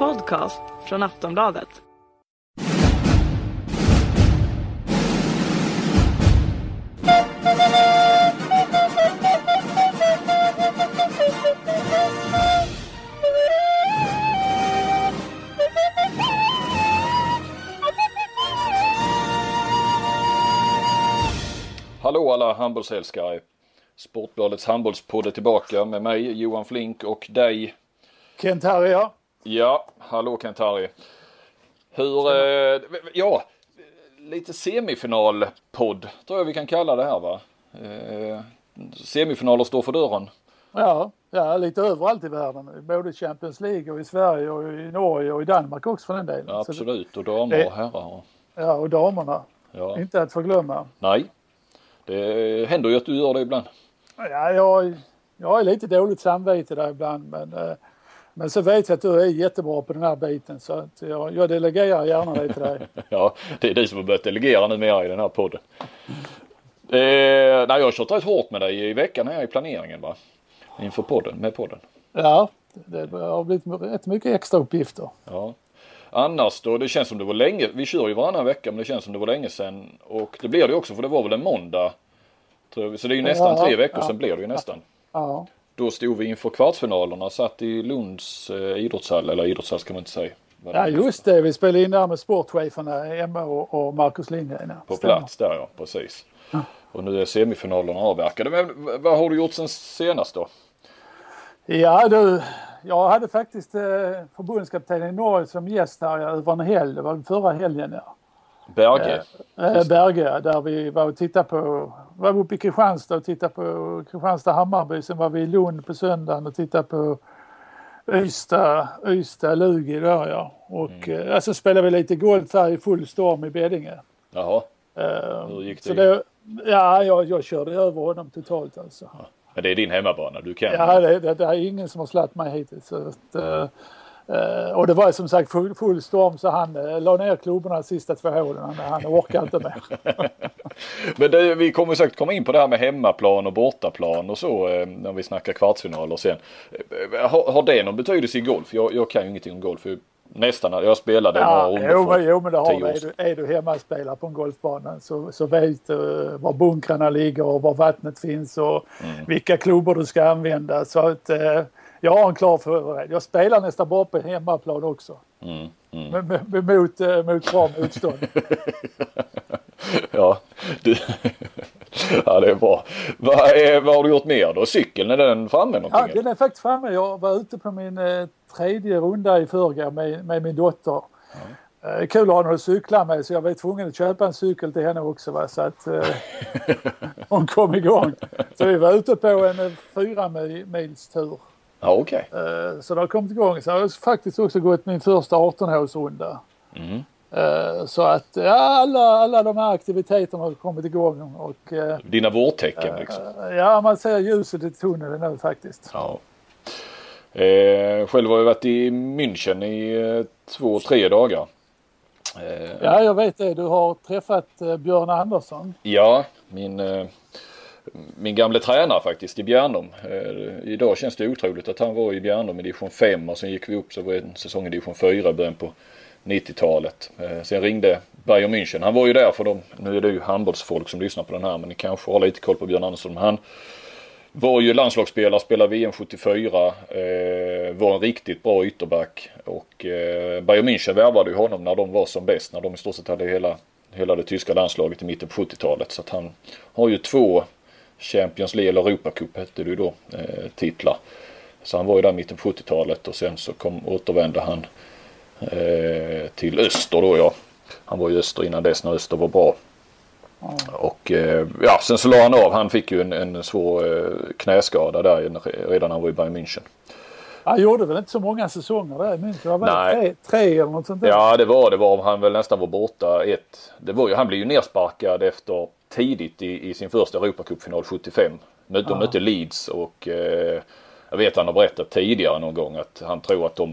podcast från Aftonbladet. Hallå alla handbollsälskare. Sportbladets handbollspodd är tillbaka med mig Johan Flink och dig Kent-Harry, ja. Ja, hallå Kent-Harry. Lite semifinalpodd tror jag vi kan kalla det här, va? Semifinaler står för dörren. Ja, lite överallt i världen. Både Champions League och i Sverige och i Norge och i Danmark också för den delen. Ja, absolut, och damer och herrar. Ja, och damerna. Ja. Inte att förglömma. Nej, det händer ju att du gör det ibland. Ja, jag är lite dåligt samvete där ibland, men så vet jag att du är jättebra på den här biten, så att jag delegerar gärna det till dig. Ja, det är du som har börjat delegera nu mer i den här podden. Jag har kört rätt hårt med dig i veckan här i planeringen, va? Inför podden. Ja, det har blivit rätt mycket extra uppgifter. Ja. Annars då, det känns som det var länge, vi kör ju varannan vecka, men det känns som det var länge sedan, och det blir det också för det var väl en måndag, tror jag. Så det är ju nästan 3 veckor sedan blir det ju nästan. Ja. Då stod vi inför kvartsfinalerna, satt i Lunds idrottshall, eller idrottshall ska man inte säga. Ja, just det, vi spelade in där med sportcheferna Emma och Marcus Lindgren. På plats där, ja, precis. Ja. Och nu är semifinalerna avverkade. Men vad har du gjort sen senast då? Ja du, jag hade faktiskt förbundskaptenen i Norge som gäst här över en helg. Det var förra helgen, ja. Berge, där vi var och tittade på, var uppe i Kristianstad och tittade på Kristianstad-Hammarby. Sen var vi i Lund på söndagen och tittade på Ystad-Lugi där, ja. Och alltså spelade vi lite golf här i full storm i Beddinge. Jaha, hur gick det? Jag körde över honom totalt alltså. Ja. Men det är din hemmabana, du kan. Ja, det är ingen som har slatt mig hittills. Så att, och det var som sagt full storm, så han la ner klubborna de sista 2 hålen. Han orkar inte mer. Men vi kommer säkert komma in på det här med hemmaplan och bortaplan och så när vi snackar kvartsfinaler sen. Har det någon betydelse i golf? Jag kan ju ingenting om golf. Nästan, jag spelade några runder Jo, men det har det. Är du hemmaspelare på en golfbana så vet du var bunkrarna ligger och var vattnet finns och vilka klubbor du ska använda. Så att jag har en klar förrätt. Jag spelar nästan bara på hemmaplan också. Mot bra motstånd. Ja, det är bra. Vad har du gjort mer då? Cykeln, är den framme någonting? Ja, den är faktiskt framme. Jag var ute på min 3:e runda i förrgår med min dotter. Kul att ha någon att cykla med, så jag var tvungen att köpa en cykel till henne också, va? Så att hon kom igång. Så vi var ute på en 4 mils tur. Ja, okej. Så det har kommit igång. Så jag har faktiskt också gått min första 18-årsrunda. Så att alla de här aktiviteterna har kommit igång. Och, dina vårtecken liksom. Ja, man ser ljuset i tunneln nu faktiskt. Ja. Själv har jag varit i München i 2-3 dagar. Ja, jag vet det. Du har träffat Björn Andersson. Ja, min gamla tränare faktiskt i Bjärnum. Idag känns det otroligt att han var i Bjärnum i division 5 och sen gick vi upp, så var det en säsong i division 4 i början på 90-talet. Sen ringde Bayern München. Han var ju där för dem. Nu är det ju handbollsfolk som lyssnar på den här, men ni kanske har lite koll på Björn Andersson. Han var ju landslagsspelare, spelade VM 74, var en riktigt bra ytterback, och Bayern München värvade ju honom när de var som bäst, när de i stort sett hade hela det tyska landslaget i mitten på 70-talet. Så att han har ju 2 Champions League eller Europacup hette det ju då, titlar. Så han var ju där i mitten på 70-talet, och sen så återvände han till öster då, ja. Han var ju öster innan dess, när öster var bra. Och sen så la han av. Han fick ju en svår knäskada där redan när han var i Bayern München. Han gjorde väl inte så många säsonger där i München? Det var 3 eller något sånt där. Ja, det var han väl nästan var borta han blev ju nersparkad efter tidigt i sin första Europacup-final 75. De mötte Leeds, och jag vet han har berättat tidigare någon gång att han tror att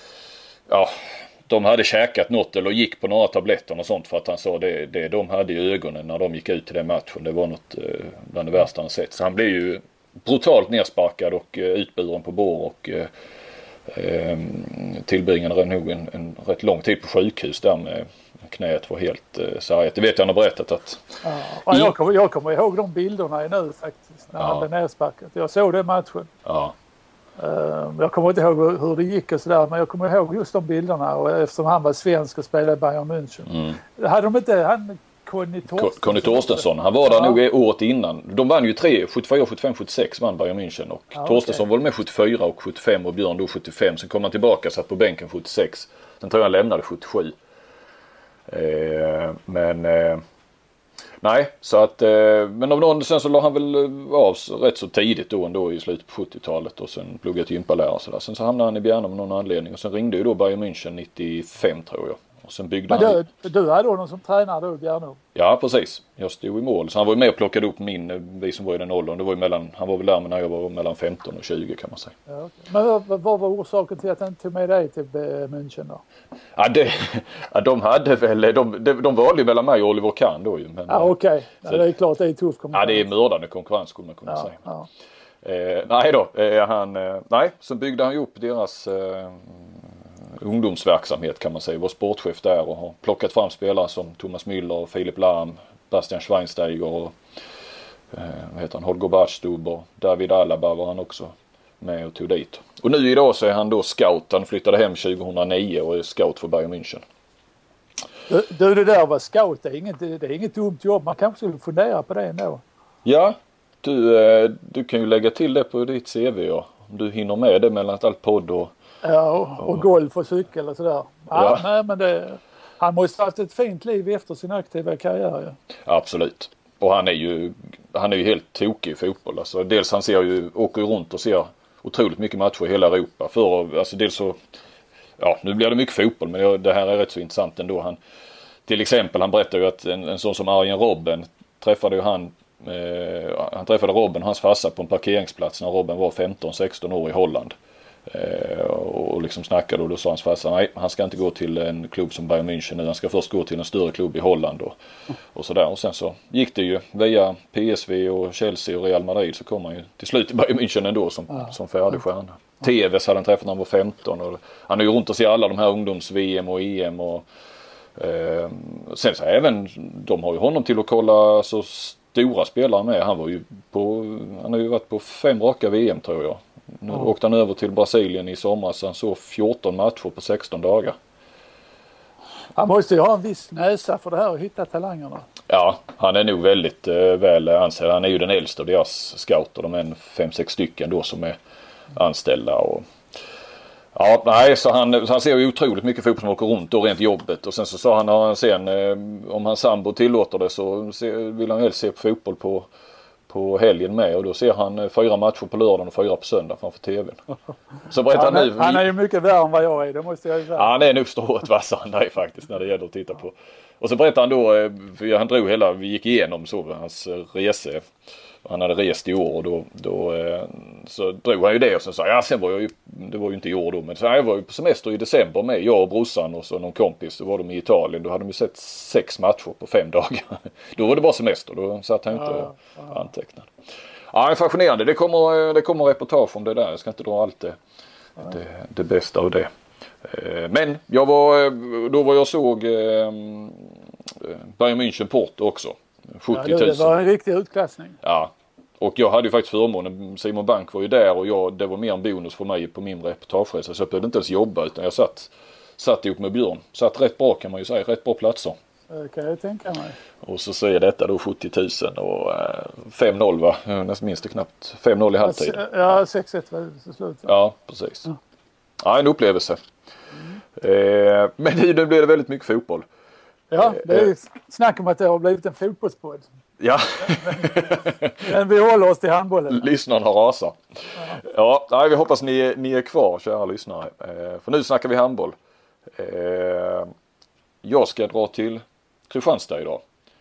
de hade käkat något eller gick på några tabletter och sånt, för att han sa det de hade i ögonen när de gick ut till den matchen. Det var något bland det värsta han sett. Så han blev ju brutalt nersparkad och utburen på bår, och Tillbringade nog en rätt lång tid på sjukhus där med knät var helt sargat. Det vet jag, han har berättat att... Ja, jag kommer ihåg de bilderna nu faktiskt, när han blev nedsparkat. Jag såg den matchen. Ja. Jag kommer inte ihåg hur det gick och sådär, men jag kommer ihåg just de bilderna, och eftersom han var svensk och spelade i Bayern München. Hade de inte han Conny Torstensson, han var där nog året innan. De vann ju 74, 75, 76 vann Bayern München, och Torstensson var med 74 och 75 och Björn då 75. Sen kom han tillbaka, satt på bänken 76. Sen tror jag han lämnade 77. Nej, så att men av någon sen så la han väl av rätt så tidigt då ändå i slutet på 70-talet, och sen pluggade till gympalärare och sådär. Sen så hamnade han i Bjärnum av någon anledning, och sen ringde ju då Bayern München 95 tror jag. Och sen byggde han... Du hade då någon som tränade då i Bjärnum? Ja, precis. Jag stod i mål. Så han var ju med och plockade upp vi som var i den åldern. Det var ju han var väl där när jag var mellan 15 och 20 kan man säga. Ja, okay. Men vad var orsaken till att han tog med dig till München då? Ja, de hade väl, de valde mellan mig och Oliver Kahn då ju. Men, okej. Ja, det är klart, det är tuff konkurrens. Ja, det är mördande konkurrens skulle man kunna säga. Ja. Så byggde han ju upp deras ungdomsverksamhet kan man säga. Var sportchef där och har plockat fram spelare som Thomas Müller, Philipp Lahm, Bastian Schweinsteiger och Holger Badstuber och David Alaba var han också med och tog dit. Och nu idag så är han då scout. Han flyttade hem 2009 och är scout för Bayern München. Det där var scout, det är inget dumt jobb. Man kanske skulle fundera på det ändå. Ja, du kan ju lägga till det på ditt CV, ja. Om du hinner med det mellan allt podd och... Ja, och golf och cykel och sådär. Ja. Nej, men han måste ha haft ett fint liv efter sin aktiva karriär. Ja. Absolut. Och han är ju helt tokig i fotboll. Alltså, dels han åker runt och ser otroligt mycket matcher i hela Europa. Dels så, nu blir det mycket fotboll, men det här är rätt så intressant ändå. Till exempel, han berättar ju att en sån som Arjen Robben träffade ju han träffade Robben och hans farsa på en parkeringsplats när Robben var 15-16 år i Holland. Och liksom snackade, och då sa hans farsa nej, han ska inte gå till en klubb som Bayern München nu, han ska först gå till en större klubb i Holland och sådär. Och sen så gick det ju via PSV och Chelsea och Real Madrid, så kom han ju till slut i Bayern München ändå som färdig stjärna. TVs hade han träffat när han var 15 och han är ju runt och ser alla de här ungdoms-VM och EM och sen så även de har ju honom till att kolla så stora spelare med. Han har ju varit på 5 raka VM tror jag. Nu åkte han över till Brasilien i somras. Han såg 14 matcher på 16 dagar. Han måste ju ha en viss näsa för det här och hitta talangerna. Ja, han är nog väldigt väl ansedd. Han är ju den äldsta av deras scouter. De är 5-6 stycken då som är anställda. Så han ser ju otroligt mycket fotboll som åker runt då rent jobbet. Och sen så sa han om hans sambo tillåter det så vill han helst se på fotboll på helgen med, och då ser han 4 matcher på lördagen och 4 på söndag framför tvn. Så berättar han är ju mycket värre än vad jag är, det måste jag ju säga. Ja, han är nog strået vassare än dig faktiskt när det gäller att titta på. Och så berättar han då, för han drog vi gick igenom hans rese. Han hade rest i år och då så drog han ju det och sen sa sen var det var ju inte i år då, men så jag var ju på semester i december med jag och brorsan och så någon kompis, så var de i Italien, då hade de ju sett 6 matcher på 5 dagar. Då var det bara semester, då satt han inte och antecknade. Ja, fascinerande. Det kommer reportage om det där. Jag ska inte dra allt det bästa av det. Men jag såg Bayern München Porto också. 70 000. Det var en riktig utklassning. Ja. Och jag hade ju faktiskt förmånen, Simon Bank var ju där och det var mer en bonus för mig på min reportageresa, så jag behövde inte ens jobba utan jag satt ihop med Björn. Satt rätt bra kan man ju säga, rätt bra platser. Det kan jag tänka mig. Och så säger detta då 70 000 och 5-0 va? Nästan minst knappt 5-0 i halvtid. Ja, 6-1 var det slut. Ja, precis. Ja, en upplevelse. Men nu blir det väldigt mycket fotboll. Ja, det är snack om att det har blivit en fotbollspodd. Ja. Men vi håller oss till handbollen. Lyssnarna rasar. Ja, vi hoppas ni är kvar, kära lyssnare. För nu snackar vi handboll. Jag ska dra till Kristianstad idag.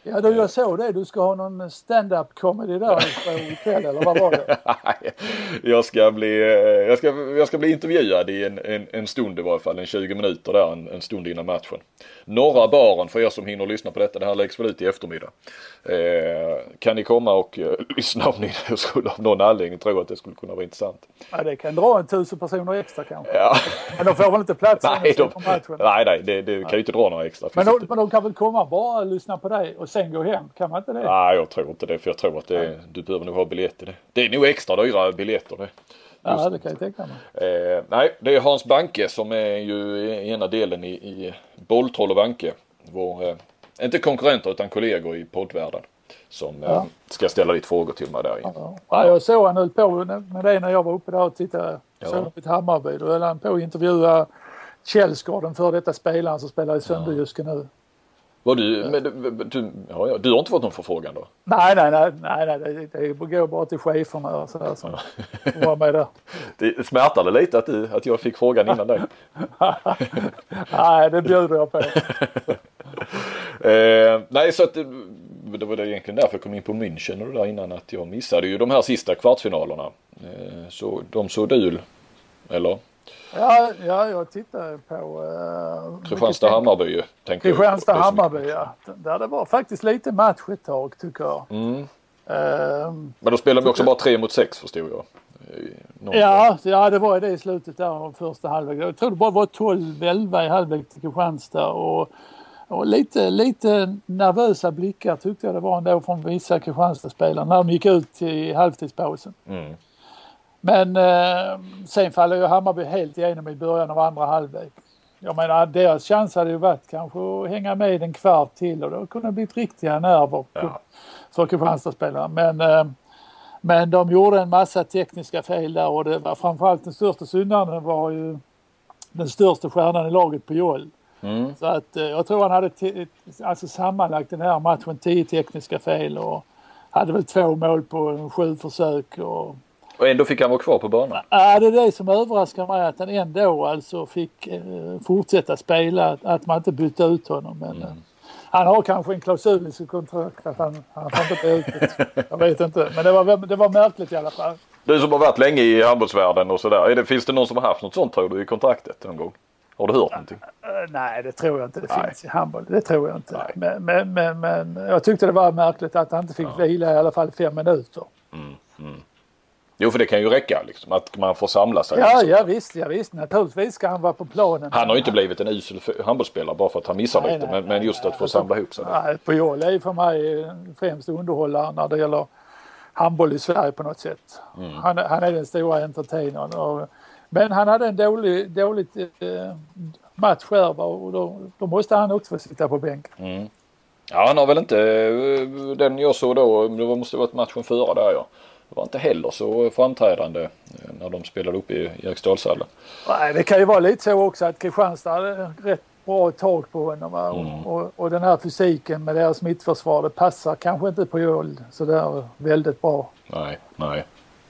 Ja, jag såg det. Du ska ha någon stand-up comedy där på hotell, eller vad var det? Jag ska bli intervjuad i en stund i varje fall, en 20 minuter där, en stund innan matchen. Norra baren, för er som hinner lyssna på detta, det här läggs väl ut i eftermiddag. Kan ni komma och lyssna om ni skulle av någon anledning tro att det skulle kunna vara intressant? Ja, det kan dra 1000 personer extra kanske. Ja. Men de får väl inte plats på matchen? Nej, det kan ju inte dra några extra. Men de kan väl komma bara lyssna på dig och sen gå hem? Kan man inte det? Nej, jag tror inte det, för jag tror att du behöver nog ha biljetter. Det är nog extra dyra biljetter det. Ja, det kan jag tänka mig. Nej, det är Hans Banke som är ju ena delen i Bolltroll och Banke. Vår, inte konkurrenter utan kollegor i poddvärlden. Som ska ställa lite frågor till mig där. Ja, jag såg han höll på med det när jag var uppe där och tittade. Såg ett Hammarby. Då höll han på att intervjua Källsgården, för detta spelaren som spelar i Sönderjyske nu. Var du har inte fått någon förfrågan då? Nej, det går bara till cheferna och sådär som var med där. Det smärtade lite att jag fick frågan innan dig. Nej, det bjuder jag på. Nej, så att det var det egentligen därför jag kom in på München och det där innan, att jag missade ju de här sista kvartsfinalerna. Så de såg du, eller? Ja, jag tittade på Kristianstad-Hammarby. Kristianstad-Hammarby, ja. Där det var faktiskt lite match ett tag, tycker jag. Men då spelade vi också bara 3-6, förstod jag. Ja, det var det i slutet där av första halvlek. Jag tror det bara var 12-11 i halvlek till Kristianstad och lite nervösa blickar tyckte jag det var ändå från vissa Kristianstad-spelare när de gick ut i halvtidspausen. Men sen faller ju Hammarby helt igenom i början av andra halvlek. Jag menar, deras chans hade ju varit kanske att hänga med en kvart till och då kunde det blivit riktiga nerver för Kristianstad-spelare. Men de gjorde en massa tekniska fel där och det var framförallt den största syndaren var ju den största stjärnan i laget på Joel. Så att jag tror han hade sammanlagt den här matchen 10 tekniska fel och hade väl 2 mål på 7 försök och ändå fick han vara kvar på banan. Ja, det är det som överraskar mig, att han ändå alltså fick fortsätta spela, att man inte bytte ut honom. Men han har kanske en klausul i sitt kontrakt att han får inte ut det. Jag vet inte, men det var märkligt i alla fall. Du som har varit länge i handbollsvärlden och sådär, finns det någon som har haft något sånt, tror du, i kontraktet någon gång? Har du hört någonting? Nej, det tror jag inte det finns i handboll. Det tror jag inte. Men jag tyckte det var märkligt att han inte fick vila i alla fall 5 minuter. Jo, för det kan ju räcka liksom, att man får samla sig. Ja, visst. Naturligtvis ska han vara på planen. Han har ju inte blivit en usel handbollsspelare bara för att han missar lite. Men just att få samla ihop sig. Nej, Pujol är för mig främst underhållare när det gäller handboll i Sverige på något sätt. Han är den stora entertainern. Men han hade en dålig match här och då måste han också få sitta på bänken. Ja, han har väl inte den jag såg då. Det måste ha varit matchen före där, ja. Det var inte heller så framträdande när de spelade upp i Eriksdalshallen. Nej, det kan ju vara lite så också att Kristianstad hade rätt bra tag på honom. Och den här fysiken med deras mittförsvar, det passar kanske inte på Joel så där väldigt bra. Nej.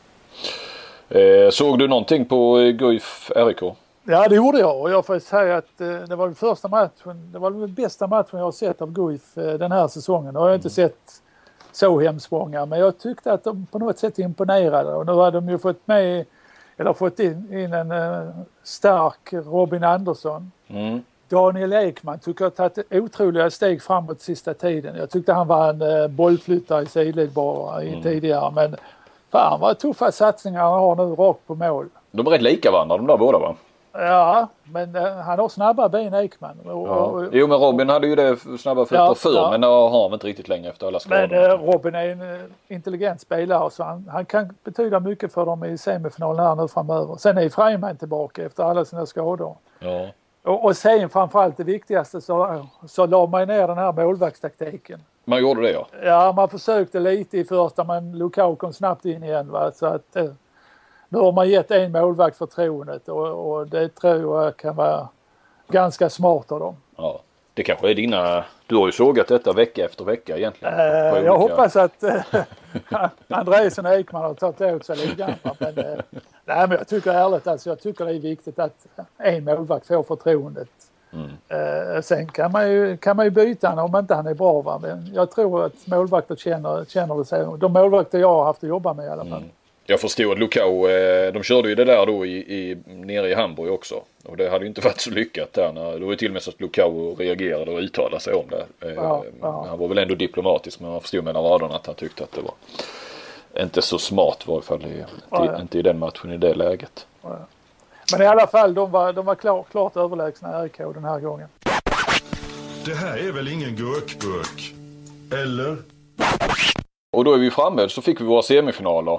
Såg du någonting på Guif RIK? Ja, det gjorde jag, och jag får säga att det var den första matchen, det var den bästa matchen jag har sett av Guif den här säsongen. Jag har inte sett så hemskt många, men jag tyckte att de på något sätt imponerade, och nu har de ju fått in en stark Robin Andersson. Daniel Ekman tycker jag har tagit otroliga steg framåt sista tiden. Jag tyckte han var en bollflyttare i sidled bara tidigare, men fan vad tuffa satsningar han har nu rakt på mål. De är rätt lika varandra de där båda, va? Ja, men han har snabba ben, Ekman. Jo, men Robin hade ju det snabba fötter förr, men det har han inte riktigt längre efter alla skador. Men Robin är en intelligent spelare, så han kan betyda mycket för dem i semifinalen här nu framöver. Sen är Freiman tillbaka efter alla sina skador. Ja. Och sen framförallt det viktigaste så la man ner den här målvaktstaktiken. Man gjorde det, ja. Ja, man försökte lite i första, men Lukau kom snabbt in igen, va? Så att nu har man gett en målvakt förtroendet och det tror jag kan vara ganska smart av dem. Ja, det kanske är du har ju sågat detta vecka efter vecka egentligen. Jag hoppas att Andreasen och Ekman har tagit åt sig lite grann. Men jag tycker ärligt, alltså, jag tycker det är viktigt att en målvakt får förtroendet Sen kan man ju byta honom om inte han är bra, va? Men jag tror att målvakter känner det sig. De målvakter jag har haft att jobba med i alla fall. Jag förstod att Lukau, de körde ju det där då nere i Hamburg också. Och det hade ju inte varit så lyckat där. Det var ju till och med så att Lukau reagerade och uttalade sig om det. Han var väl ändå diplomatisk, men man förstod mellan raderna att han tyckte att det var inte så smart i varje fall. Inte i den matchen i det läget. Ja. Men i alla fall, de var klart överlägsna RIK den här gången. Det här är väl ingen gurkburk? Eller? Och då är vi framme, så fick vi våra semifinaler.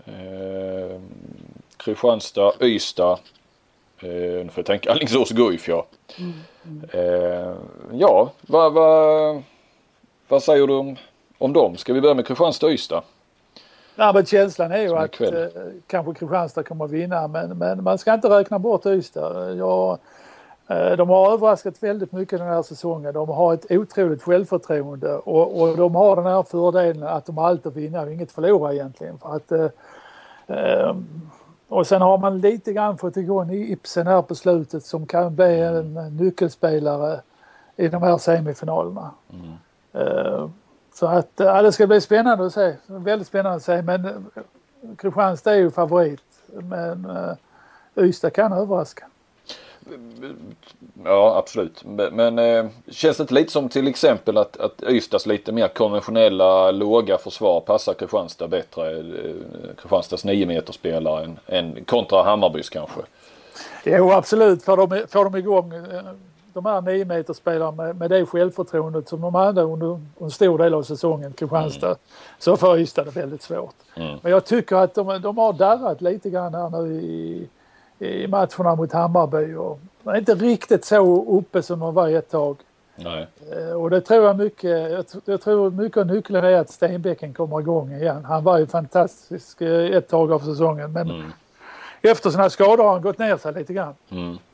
Kristianstad, Ystad, nu får jag tänka, Alingsås, Guif, ja. Ja, vad säger du om dem? Ska vi börja med Kristianstad och Ystad? Ja, men känslan är ju att kanske Kristianstad kommer att vinna, men man ska inte räkna bort Ystad. De har överraskat väldigt mycket den här säsongen. De har ett otroligt självförtroende och de har den här fördelen att de alltid vinner och inget förlorar egentligen. För att, och sen har man lite grann fått igång i Ibsen här på slutet som kan bli en nyckelspelare i de här semifinalerna. Så att det ska bli spännande att se. Väldigt spännande att se. Men Kristianstad är ju favorit. Men Ystad kan överraska. Ja, absolut. Men känns det inte lite som till exempel att Ystads lite mer konventionella låga försvar passar Kristianstad bättre? Kristianstads 9-meterspelare än kontra Hammarbys kanske? Jo, absolut. Får de igång de här 9-meterspelare med det självförtroendet som de hade under en stor del av säsongen, Kristianstad, så får Ystad det väldigt svårt. Men jag tycker att de har darrat lite grann här nu i matcherna mot Hammarby och är inte riktigt så uppe som de var ett tag. Nej. Och det tror jag mycket. Jag tror mycket av nyckeln är att Stenbecken kommer igång igen. Han var ju fantastisk ett tag av säsongen, men efter sina skador har han gått ner sig lite grann.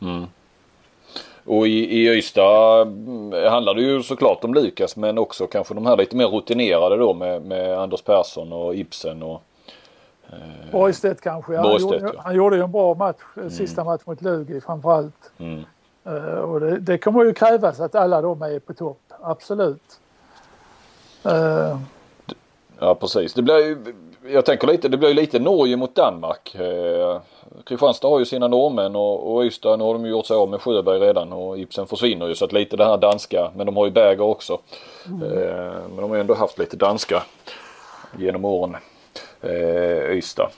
Och i Ystad handlar det ju såklart om Lukas, men också kanske de här lite mer rutinerade då med Anders Persson och Ibsen och Borgstedt kanske. Han gjorde ju en bra match, sista match mot Lugi framförallt. Och det kommer ju krävas att alla de är på topp, absolut. Ja, precis. Jag tänker lite, det blir lite Norge mot Danmark. Kristianstad har ju sina norrmän och Ystad, nu har de ju gjort sig av med Sjöberg redan och Ibsen försvinner ju, så att lite det här danska, men de har ju Berger också. Men de har ju ändå haft lite danska genom åren. Ystad.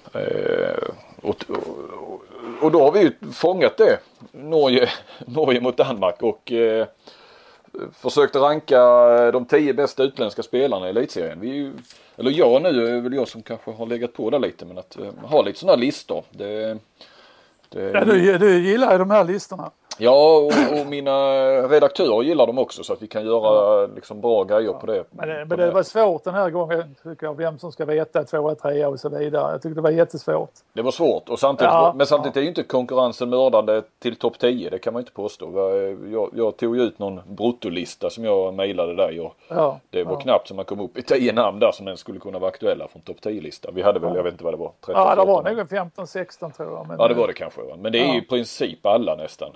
Och då har vi ju fångat det. Norge mot Danmark och försökte ranka de 10 bästa utländska spelarna i elitserien. Jag nu är väl jag som kanske har legat på det lite, men att ha lite sådana listor. Ja, du gillar ju de här listorna. Ja, och mina redaktörer gillar dem också, så att vi kan göra liksom bra grejer på det. Men det var svårt den här gången, tycker jag, vem som ska veta 2, 3 och så vidare. Jag tyckte det var jättesvårt. Det var svårt, och samtidigt, men samtidigt är ju inte konkurrensen mördande till topp 10, det kan man inte påstå. Jag tog ju ut någon bruttolista som jag mejlade där. Det var knappt som man kom upp i 10 namn där som ens skulle kunna vara aktuella från topp 10-lista. Vi hade väl, jag vet inte vad det var, 13, det var nog 15-16 tror jag. Men, det var det kanske. Men det är ju i princip alla nästan.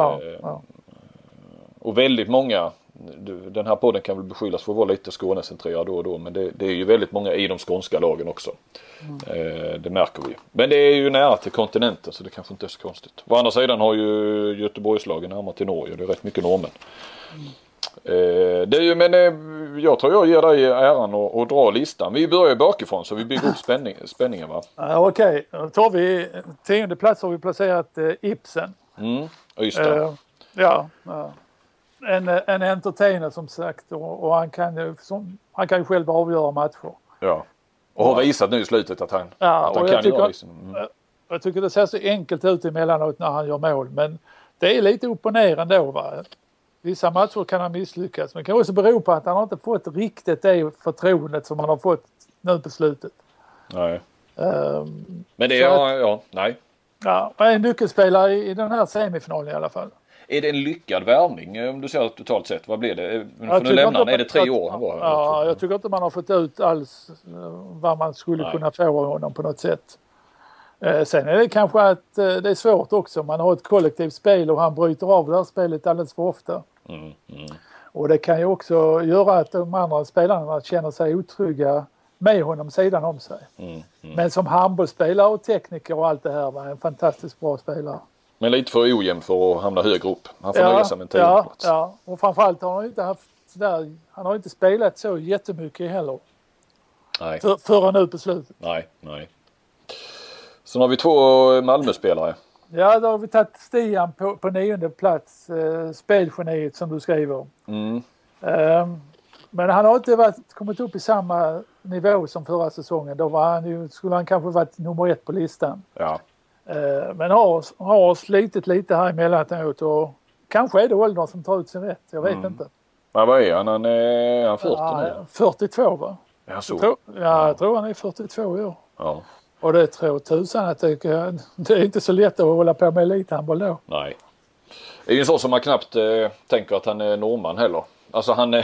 Och väldigt många, den här podden kan väl beskyllas för att vara lite Skånecentrerad då och då, men det är ju väldigt många i de skånska lagen också. Det märker vi. Men det är ju nära till kontinenten, så det kanske inte är så konstigt. Å andra sidan har ju Göteborgslagen närmare till Norge, det är rätt mycket norrmän. Det är ju, men jag tror jag ger dig äran att dra listan. Vi börjar bakifrån, så vi bygger upp spänningen, va? Okej. Då tar vi 10:e plats, har vi placerat Ibsen. Ystad. En entertainer som sagt, och han kan ju själv avgöra matcher. Ja. Och har visat nu i slutet att han kan göra det. Jag tycker det ser så enkelt ut emellanåt när han gör mål, men det är lite upp och ner ändå, va? Vissa matcher kan han misslyckas, men det kan också bero på att han har inte fått riktigt det förtroendet som han har fått nu på slutet. Nej. Men det är, nej. Ja, en nyckelspelare i den här semifinalen i alla fall. Är det en lyckad värvning om du ser totalt sett? Vad blir det? För nu lämnar han, är det 3 år han var? Ja, jag tycker inte man har fått ut alls vad man skulle kunna få av honom på något sätt. Sen är det kanske att det är svårt också. Man har ett kollektivt spel och han bryter av det här spelet alldeles för ofta. Och det kan ju också göra att de andra spelarna känner sig otrygga med honom sidan om sig. Men som handbollsspelare och tekniker och allt det här var en fantastiskt bra spelare. Men lite för ojämn för att hamna högre upp. Han får nöja sig med en tiondeplats. Ja, och framförallt har han inte haft sådär, han har inte spelat så jättemycket heller. Nej. Förrän nu på slutet. Nej. Sen har vi 2 Malmö-spelare. Ja, då har vi tagit Stian på 9:e plats. Spelgeniet som du skriver. Men han har inte kommit upp i samma nivå som förra säsongen. Då skulle han kanske varit nummer 1 på listan. Ja. Men har slitit lite här emellanåt och kanske är det åldern som tar ut sin rätt. Jag vet inte. Men vad är han? Han är 40 nu? 42 va? Jag tror han är 42 år. Ja. Och det tror tusan att det är inte så lätt att hålla på med elithandboll då. Nej. Det är ju en sån som man knappt tänker att han är norrman heller. Alltså han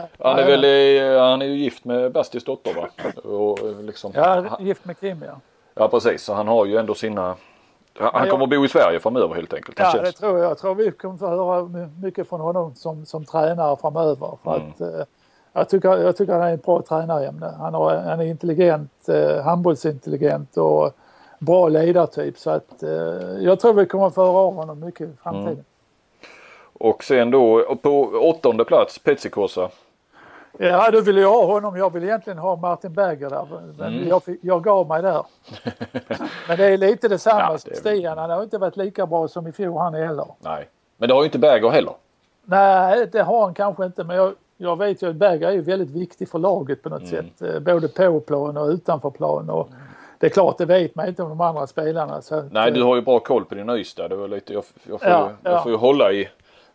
är ju gift med Bastis dotter va? Och liksom, gift med Kim ja. Ja precis, så han har ju ändå sina... Han kommer att bo i Sverige framöver helt enkelt. Ja, det tror jag. Jag tror vi kommer att höra mycket från honom som tränare framöver. För att, jag tycker han är en bra tränare. Han är intelligent, handbollsintelligent och bra ledartyp. Så att jag tror vi kommer att få höra av honom mycket i framtiden. Och sen då på 8:e plats Petsikosa. Ja, då vill jag ha honom. Jag vill egentligen ha Martin Berger där. Men jag gav mig där. Men det är lite detsamma som Stian. Han har inte varit lika bra som i fjol han heller. Nej, men det har ju inte Berger heller. Nej, det har han kanske inte. Men jag vet ju att Berger är ju väldigt viktig för laget på något sätt. Både på plan och utanför plan. Och det är klart, det vet man inte om de andra spelarna. Så att, nej, du har ju bra koll på din Ystad. Det var lite, jag får ju hålla i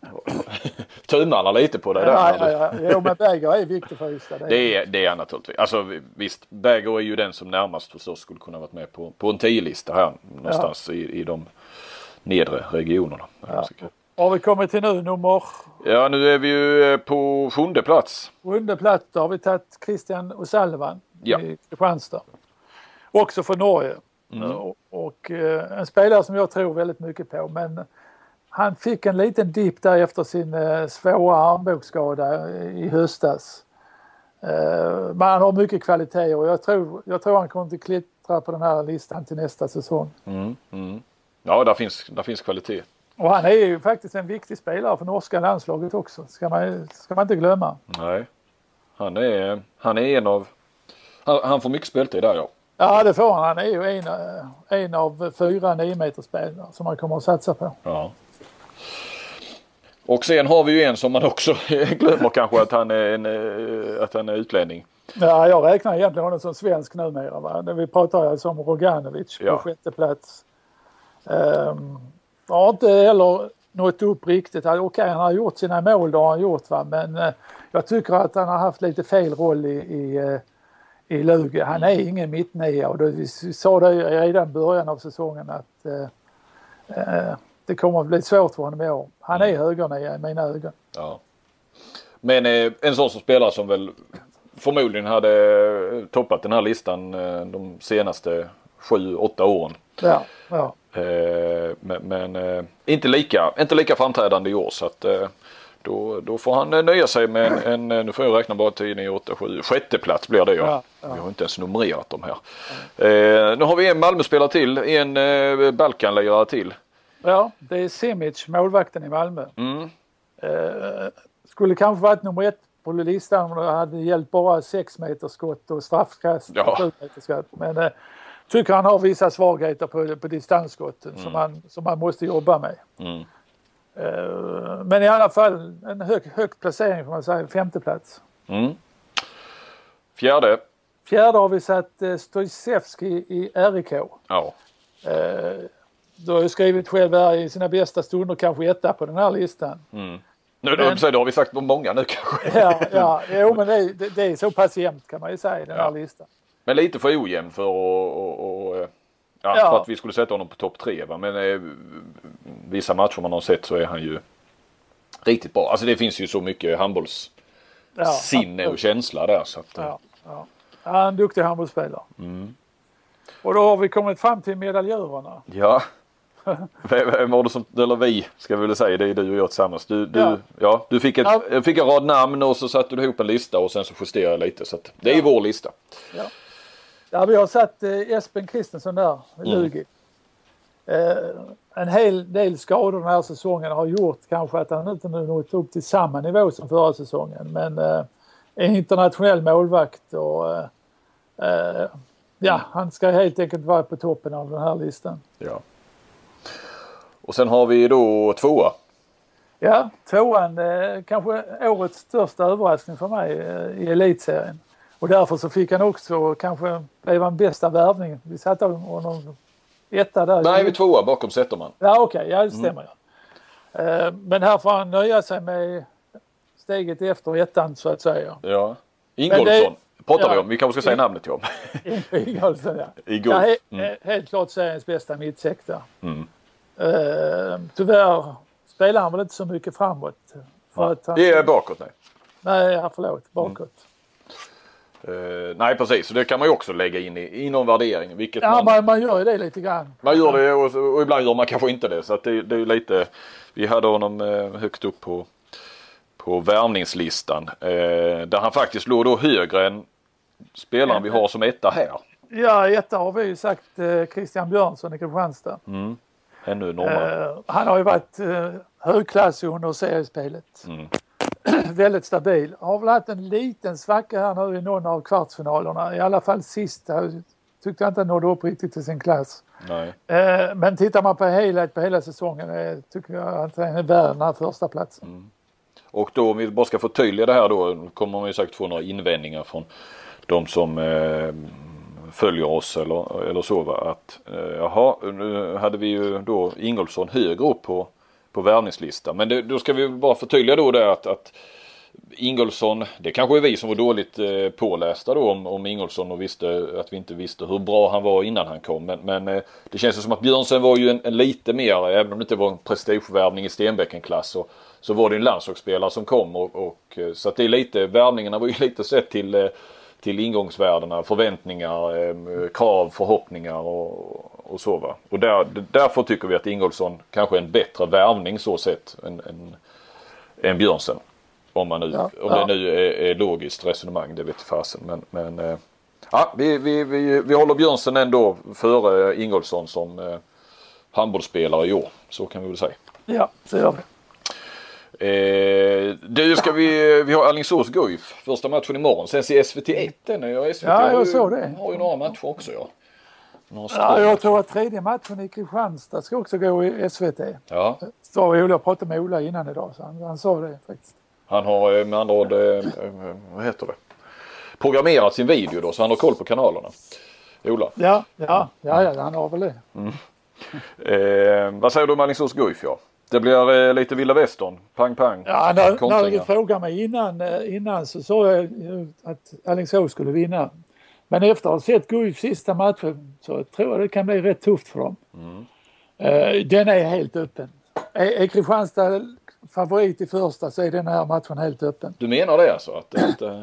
tummarna lite på det där. Ja. Jo, men Berger är viktig för Ystad. Det är naturligtvis. Alltså visst, Berger är ju den som närmast förstås skulle kunna varit med på en 10-lista här någonstans i de nedre regionerna. Ja. Har vi kommit till nu nummer? Ja, nu är vi ju på 7:e plats. 7:e plats, då har vi tagit Christian O'Sullivan i Kristianstad. Också från Norge. Och en spelare som jag tror väldigt mycket på, men han fick en liten dipp där efter sin svåra armbågsskada i höstas. Men han har mycket kvalitet och jag tror han kommer att klättra på den här listan till nästa säsong. Ja, där finns kvalitet. Och han är ju faktiskt en viktig spelare för norska landslaget också. Ska man inte glömma. Nej. Han är en av... Han får mycket speltid där, ja. Ja, det får han. Han är ju en av 4 9-meterspelare som man kommer att satsa på. Ja. Och sen har vi ju en som man också glömmer kanske att han är utlänning. Ja, jag räknar egentligen honom som svensk numera. Va? Vi pratar alltså om Roganovic på 6:e plats. Har inte heller nått upp riktigt. Okej, han har gjort sina mål, då har han gjort va. Men jag tycker att han har haft lite fel roll i Lugi. Han är ingen mittnia och vi sa det redan i början av säsongen att det kommer att bli svårt för honom i år. Han är högernia i mina ögon. Ja. Men en sån som spelar som väl förmodligen hade toppat den här listan de senaste 7-8 åren. Ja. Men inte lika framträdande i år så att då får han nöja sig med nu får jag räkna bara 10, 9, 8, 7, 6:e plats blir det ja. Vi har inte ens numrerat dem här. Nu har vi en Malmö-spelare till, en Balkanlirare till. Ja, det är Simic, målvakten i Malmö. Skulle kanske varit nummer 1 på listan om det hade hjälpt bara 6 meters skott och straffkast. Men tycker han har vissa svagheter på distansskotten som man måste jobba med. Men i alla fall en hög placering får man säga, 5:e plats. 4:e har vi satt Stojcevski i RIK. Ja. Du har ju skrivit själv här i sina bästa stunder kanske 1:a på den här listan. Nu då har vi sagt många nu kanske. Jo, men det är så pass jämnt kan man ju säga den här listan. Men lite för ojämn för att vi skulle sätta honom på topp 3 va? Men vissa matcher man har sett så är han ju riktigt bra. Alltså det finns ju så mycket handbollssinne och känsla där så att, han är en duktig handbollsspelare. Och då har vi kommit fram till medaljörerna. Ja. Vem var det som, eller vi ska vi väl säga, det är du och jag tillsammans. Du fick en rad namn och så satte du ihop en lista och sen så justerade jag lite. Så att det är vår lista. Ja, vi har satt Espen Christensen där, Lugi. En hel del skador den här säsongen har gjort kanske att han inte nu nått upp till samma nivå som förra säsongen. Men en internationell målvakt och han ska helt enkelt vara på toppen av den här listan. Ja. Och sen har vi då tvåa. Ja, tvåan kanske årets största överraskning för mig i elitserien. Och därför så fick han också kanske blev han bästa värvning. Vi satte honom etta där. Nej, vi tvåa bakom Zetterman. Ja, okej, det stämmer. Men här får han nöja sig med steget efter ettan så att säga. Ja, Ingolfsson pratar vi om. Vi kanske ska säga namnet till honom. Ingolfsson, ja. Helt klart seriens bästa mittsektor. Tyvärr spelar han väl inte så mycket framåt. För att det är bakåt, nej. Nej, förlåt, bakåt. Nej, precis. Så det kan man ju också lägga in i någon värdering. Vilket man gör ju det lite grann. Man gör det och ibland gör man kanske inte det. Så att det är lite... Vi hade honom högt upp på värvningslistan. Där han faktiskt låg då högre än spelaren vi har som etta här. Ja, etta har vi ju sagt Christian Björnsson i Kristianstad. Ännu normalt. Han har ju varit högklassig under seriespelet. Väldigt stabil. Har väl haft en liten svacka här nu i någon av kvartsfinalerna. I alla fall sista tyckte jag inte han nådde upp riktigt till sin klass. Nej. Men tittar man på hela säsongen tycker jag att han är värd den här första platsen. Och då om vi bara ska förtydliga det här då kommer man ju säkert få några invändningar från de som följer oss eller så va? Att nu hade vi ju då Ingolfsson högre upp på värvningslistan. Men då ska vi bara förtydliga då det att Ingolfsson, det kanske är vi som var dåligt pålästa då om Ingolfsson och att vi inte visste hur bra han var innan han kom. Men det känns som att Björnsen var ju en lite mer, även om det inte var en prestigevärvning i Stenbäcken-klass så var det en landslagsspelare som kom och så att det är lite, värvningarna var ju lite sett till ingångsvärdena, förväntningar, krav, förhoppningar och så va. Och därför tycker vi att Ingolfsson kanske är en bättre värvning så sett än Björnsen. Om det nu är logiskt resonemang, det vet fasen. Men vi håller Björnsen ändå före Ingolfsson som handbollsspelare i år. Så kan vi väl säga. Ja, så gör vi. Vi har Alingsås Guif första matchen imorgon. Sen ser SVT1 jag såg det. Har ju några matcher också jag tror att tredje matchen i Kristianstad ska också gå i SVT. Ja. Så Ola pratade med Ola innan idag så han sa det faktiskt. Han har med andra ord vad heter det? Programmerat sin video då så han har koll på kanalerna. Ola. Ja, han har väl det. Vad säger du om Alingsås Guif? Det blir lite vilda västern. Pang. Ja, när du frågade mig innan så sa jag att Alingsås skulle vinna. Men efter att ha sett Guif sista matchen så tror jag det kan bli rätt tufft för dem. Den är helt öppen. Är Kristianstad favorit i första så är den här matchen helt öppen. Du menar det alltså? Att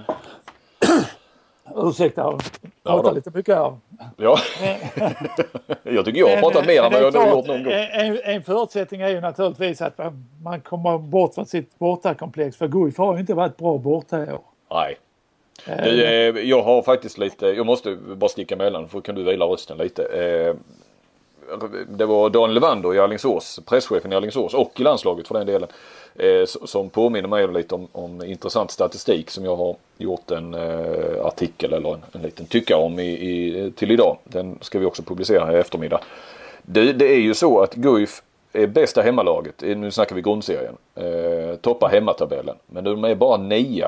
Ursäkta, jag pratar lite mycket här. Ja, jag tycker jag har pratat mer än vad jag har gjort någon gång. En förutsättning är ju naturligtvis att man kommer bort från sitt bortakomplex. För Guif har ju inte varit bra borta i år. Nej. Jag har faktiskt lite, jag måste bara sticka emellan för kan du vila rösten lite. Det var Dan Levander i Alingsås, presschefen i Alingsås och i landslaget för den delen, som påminner mig lite om intressant statistik som jag har gjort en artikel eller en liten tycka om till idag. Den ska vi också publicera här i eftermiddag. Det är ju så att Guif är bästa hemmalaget, nu snackar vi grundserien, toppar hemmatabellen, men de är bara 9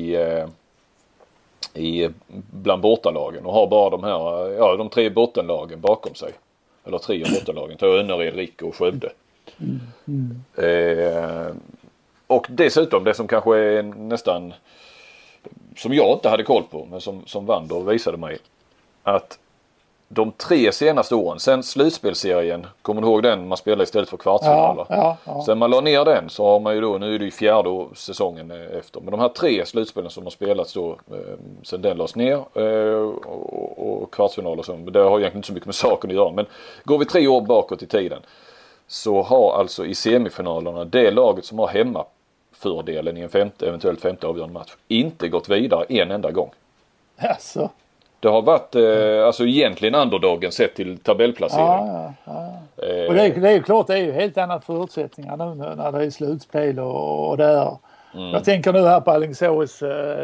bland bortalagen och har bara de 3 bottenlagen bakom sig. Eller 3 bottenlagen, Önnered, Rick och Skövde. Och dessutom det som kanske är nästan som jag inte hade koll på men som Wander visade mig att de 3 senaste åren, sen slutspelserien, kommer du ihåg den man spelade istället för kvartsfinaler? Ja. Sen man la ner den så har man ju då, nu är det ju 4:e säsongen efter, men de här 3 slutspelen som har spelats då sen den lades ner och kvartsfinaler som, det har egentligen inte så mycket med saken att göra, men går vi 3 år bakåt i tiden så har alltså i semifinalerna det laget som har hemmafördelen i en eventuellt femte avgörande match inte gått vidare en enda gång. Alltså. Det har varit alltså egentligen underdogen sett till tabellplacering. Ja. Och det är ju klart, det är ju helt andra förutsättningar nu när det är slutspel och där. Jag tänker nu här på Alingsås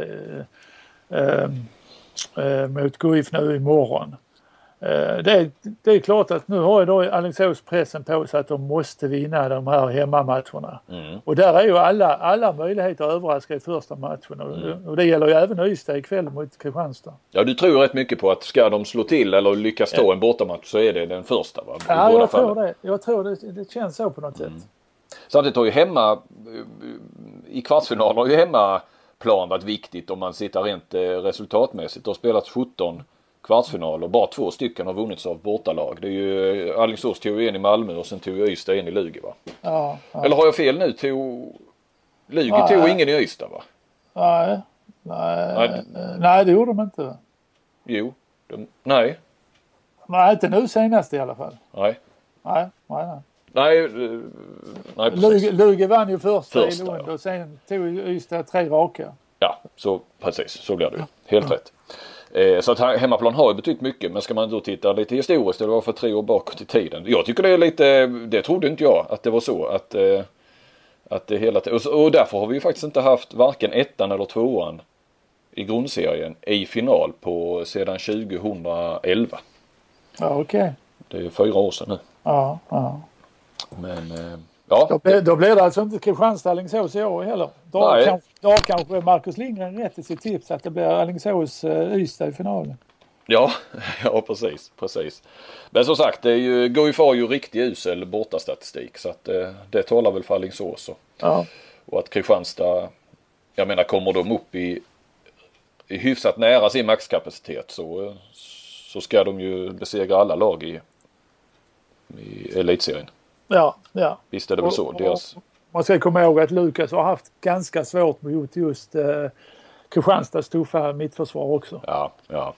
mot Guif nu imorgon. Det är klart att nu har ju då Alingsås pressen på sig att de måste vinna de här hemmamatcherna. Och där är ju alla möjligheter att överraska i första matchen. Och det gäller ju även Ystad ikväll mot Kristianstad. Ja, du tror rätt mycket på att ska de slå till eller lyckas ta en bortamatch så är det den första, va? Ja, jag tror det. Jag tror det känns så på något sätt. Samtidigt har ju hemma i kvartsfinalen har ju hemmaplan varit viktigt om man sitter rent resultatmässigt. Det har spelats 17 kvartsfinal och bara 2 stycken har vunnits av bortalag. Det är ju Alingsås tog en i Malmö och sen tog Ystad en i Lugi, va? Ja. Eller har jag fel nu? Lugi tog ingen i Ystad, va? Nej, det gjorde de inte. Jo. Nej, inte nu senast i alla fall. Nej, Lugi vann ju första i Lund och sen tog Ystad 3 raka. Ja, så precis. Så blir det ju. Helt rätt. Så att hemmaplan har ju betytt mycket, men ska man då titta lite historiskt, det var för 3 år bakåt i tiden. Jag tycker det är lite, det trodde inte jag att det var så att det hela och därför har vi ju faktiskt inte haft varken 1:an eller 2:an i grundserien i final på sedan 2011. Ja, okej. Det är 4 år sedan nu. Ja. Men ja. Då blir det alltså inte Kristianstad Alingsås i år heller. Då kanske Marcus Lindgren rätt i sitt tips att det blir Alingsås Ystad i finalen. Ja, precis. Men som sagt, det är ju, Guif har ju riktig usel bortastatistik så att det talar väl för Alingsås. Och att Kristianstad, jag menar, kommer de upp i hyfsat nära sin maxkapacitet så ska de ju besegra alla lag i elitserien. Ja. Visst är det väl så. Man ska komma ihåg att Lukas har haft ganska svårt mot just Kristianstads tuffa mittförsvar också. Ja.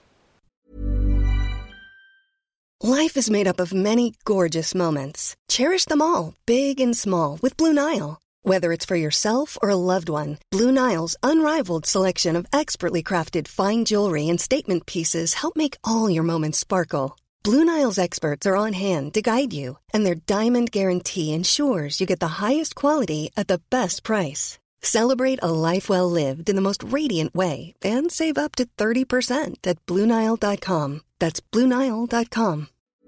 Life is made up of many gorgeous moments. Cherish them all, big and small, with Blue Nile. Whether it's for yourself or a loved one, Blue Nile's unrivaled selection of expertly crafted fine jewelry and statement pieces help make all your moments sparkle. Blue Nile's experts are on hand to guide you, and their diamond guarantee ensures you get the highest quality at the best price. Celebrate a life well lived in the most radiant way and save up to 30% at BlueNile.com. That's BlueNile.com.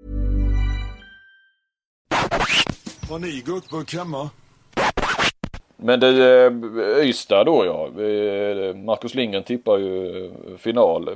Har ni guckburk hemma? Men det Ystad då, ja. Marcus Lindgren tippar ju final.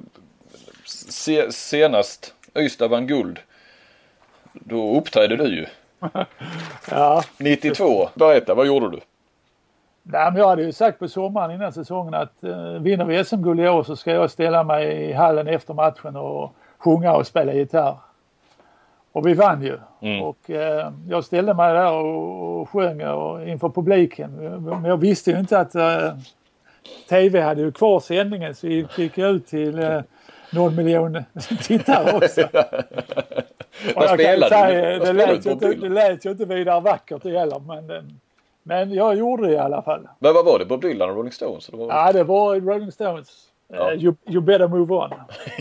Senast Ystad vann guld, då uppträdde du ju. Ja. 92. Berätta, vad gjorde du? Nej, men jag hade ju sagt på sommaren innan säsongen att vinner vi SM-guld i år så ska jag ställa mig i hallen efter matchen och sjunga och spela gitarr. Och vi vann ju. Och jag ställde mig där och sjöng inför publiken. Men jag visste ju inte att TV hade ju kvar sändningen, så vi fick ut till 0 miljoner tittare också. Och jag kan säga, det lät ju inte vidare vackert heller, men jag gjorde det i alla fall. Men vad var det? Bob Dylan och Rolling Stones? Eller vad? Ja, det var Rolling Stones. Ja. You better move on.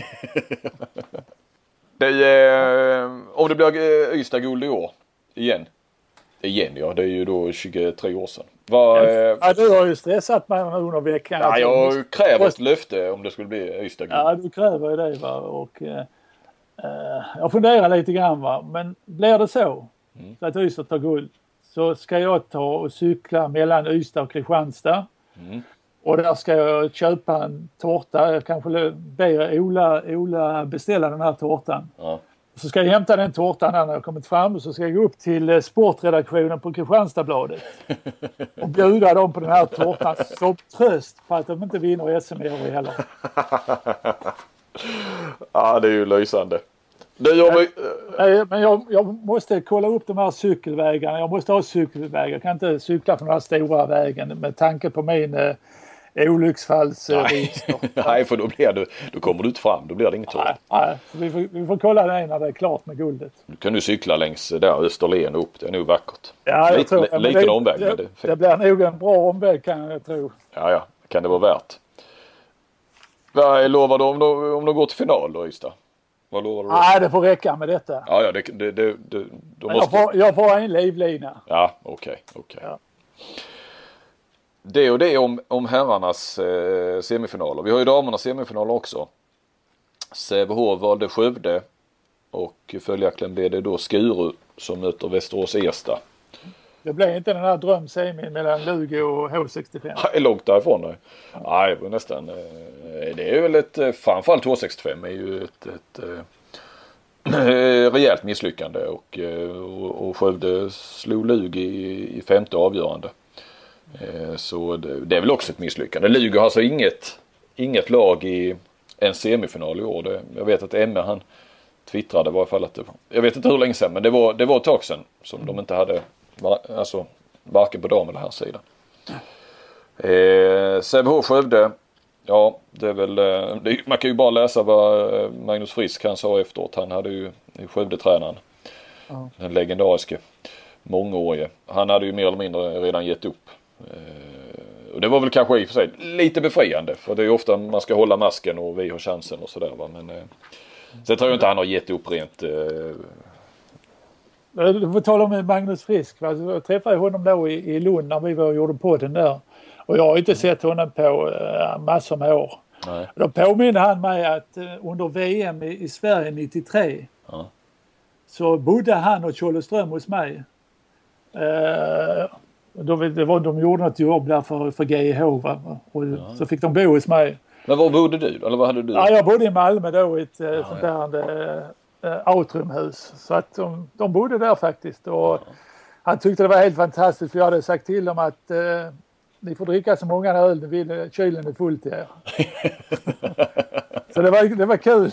Om det blir Ystad-guld i år igen, ja, det är ju då 23 år sedan. Du har ju stressat mig under veckan. Ja, jag kräver ett löfte om det skulle bli Ystad-guld. Ja, du kräver ju det, va? Och jag funderar lite grann, va? Men blir det så att Ystad tar guld, så ska jag ta och cykla mellan Ystad och Kristianstad. Och där ska jag köpa en tårta. Jag kanske ber Ola beställa den här tårtan. Ja. Så ska jag hämta den tårtan när jag kommit fram. Och så ska jag gå upp till sportredaktionen på Kristianstadsbladet. Och bjuda dem på den här tårtan som tröst på att de inte vinner SM i år heller. Ja, det är ju lysande. Men jag måste kolla upp de här cykelvägarna. Jag måste ha cykelvägar. Jag kan inte cykla på den här stora vägen med tanke på min olycksfallsregister. Nej, för då kommer du inte fram. Då blir det inget tåg. Nej, vi får kolla det när det är klart med guldet. Du kan du cykla längs där Österlen upp. Det är nog vackert. Ja, jag tror liten omväg. Det blir nog en bra omväg kan jag tro. Ja. Kan det vara värt. Vad lovar du om de går till final då, Ystad? Vad lovar du? Nej, det får räcka med detta. Ja, jag får en livlina. Ja, okej. Ja. Det om herrarnas semifinaler. Vi har ju damernas semifinaler också. Sävehof valde Skövde och följaktligen blev det då Skuru som möter Västerås Ersta. Det blev inte den här drömsemin mellan Lugo och H65. Nej, långt därifrån. Nej, det var nästan. Det är väl framförallt H65 är ju ett rejält misslyckande och Skövde slog Lugo i femte avgörande. Så det är väl också ett misslyckande. Lugo har alltså inget lag i en semifinal i år. Jag vet att Emme han twittrade i varje fall att jag vet inte hur länge sedan, men det var ett tag sedan som de inte hade alltså varken på dam eller här sidan. Sävehof Skövde, ja det är väl man kan ju bara läsa vad Magnus Frisk han sa efteråt. Han hade ju Skövde-tränaren, den legendariske mångårige. Han hade ju mer eller mindre redan gett upp. Och det var väl kanske i och för sig lite befriande, för det är ju ofta man ska hålla masken och vi har chansen och sådär va. Men sen tror jag inte han har gett upp rent. Du får tala med Magnus Frisk. Jag träffade honom då i Lund när vi gjorde podden där. Och jag har inte sett honom på massor med år. Nej. Då påminner han mig att under VM i Sverige 93 så bodde han och Tjolleström hos mig. De gjorde något jobb där för GIH och så fick de bo hos mig. Men var bodde du? Eller vad hade du? Ja, jag bodde i Malmö då i ett sånt där atriumhus. Så att de bodde där faktiskt. Och han tyckte det var helt fantastiskt för jag hade sagt till dem att ni får dricka så många öl ni vill, kylen är full till er. Så det var kul.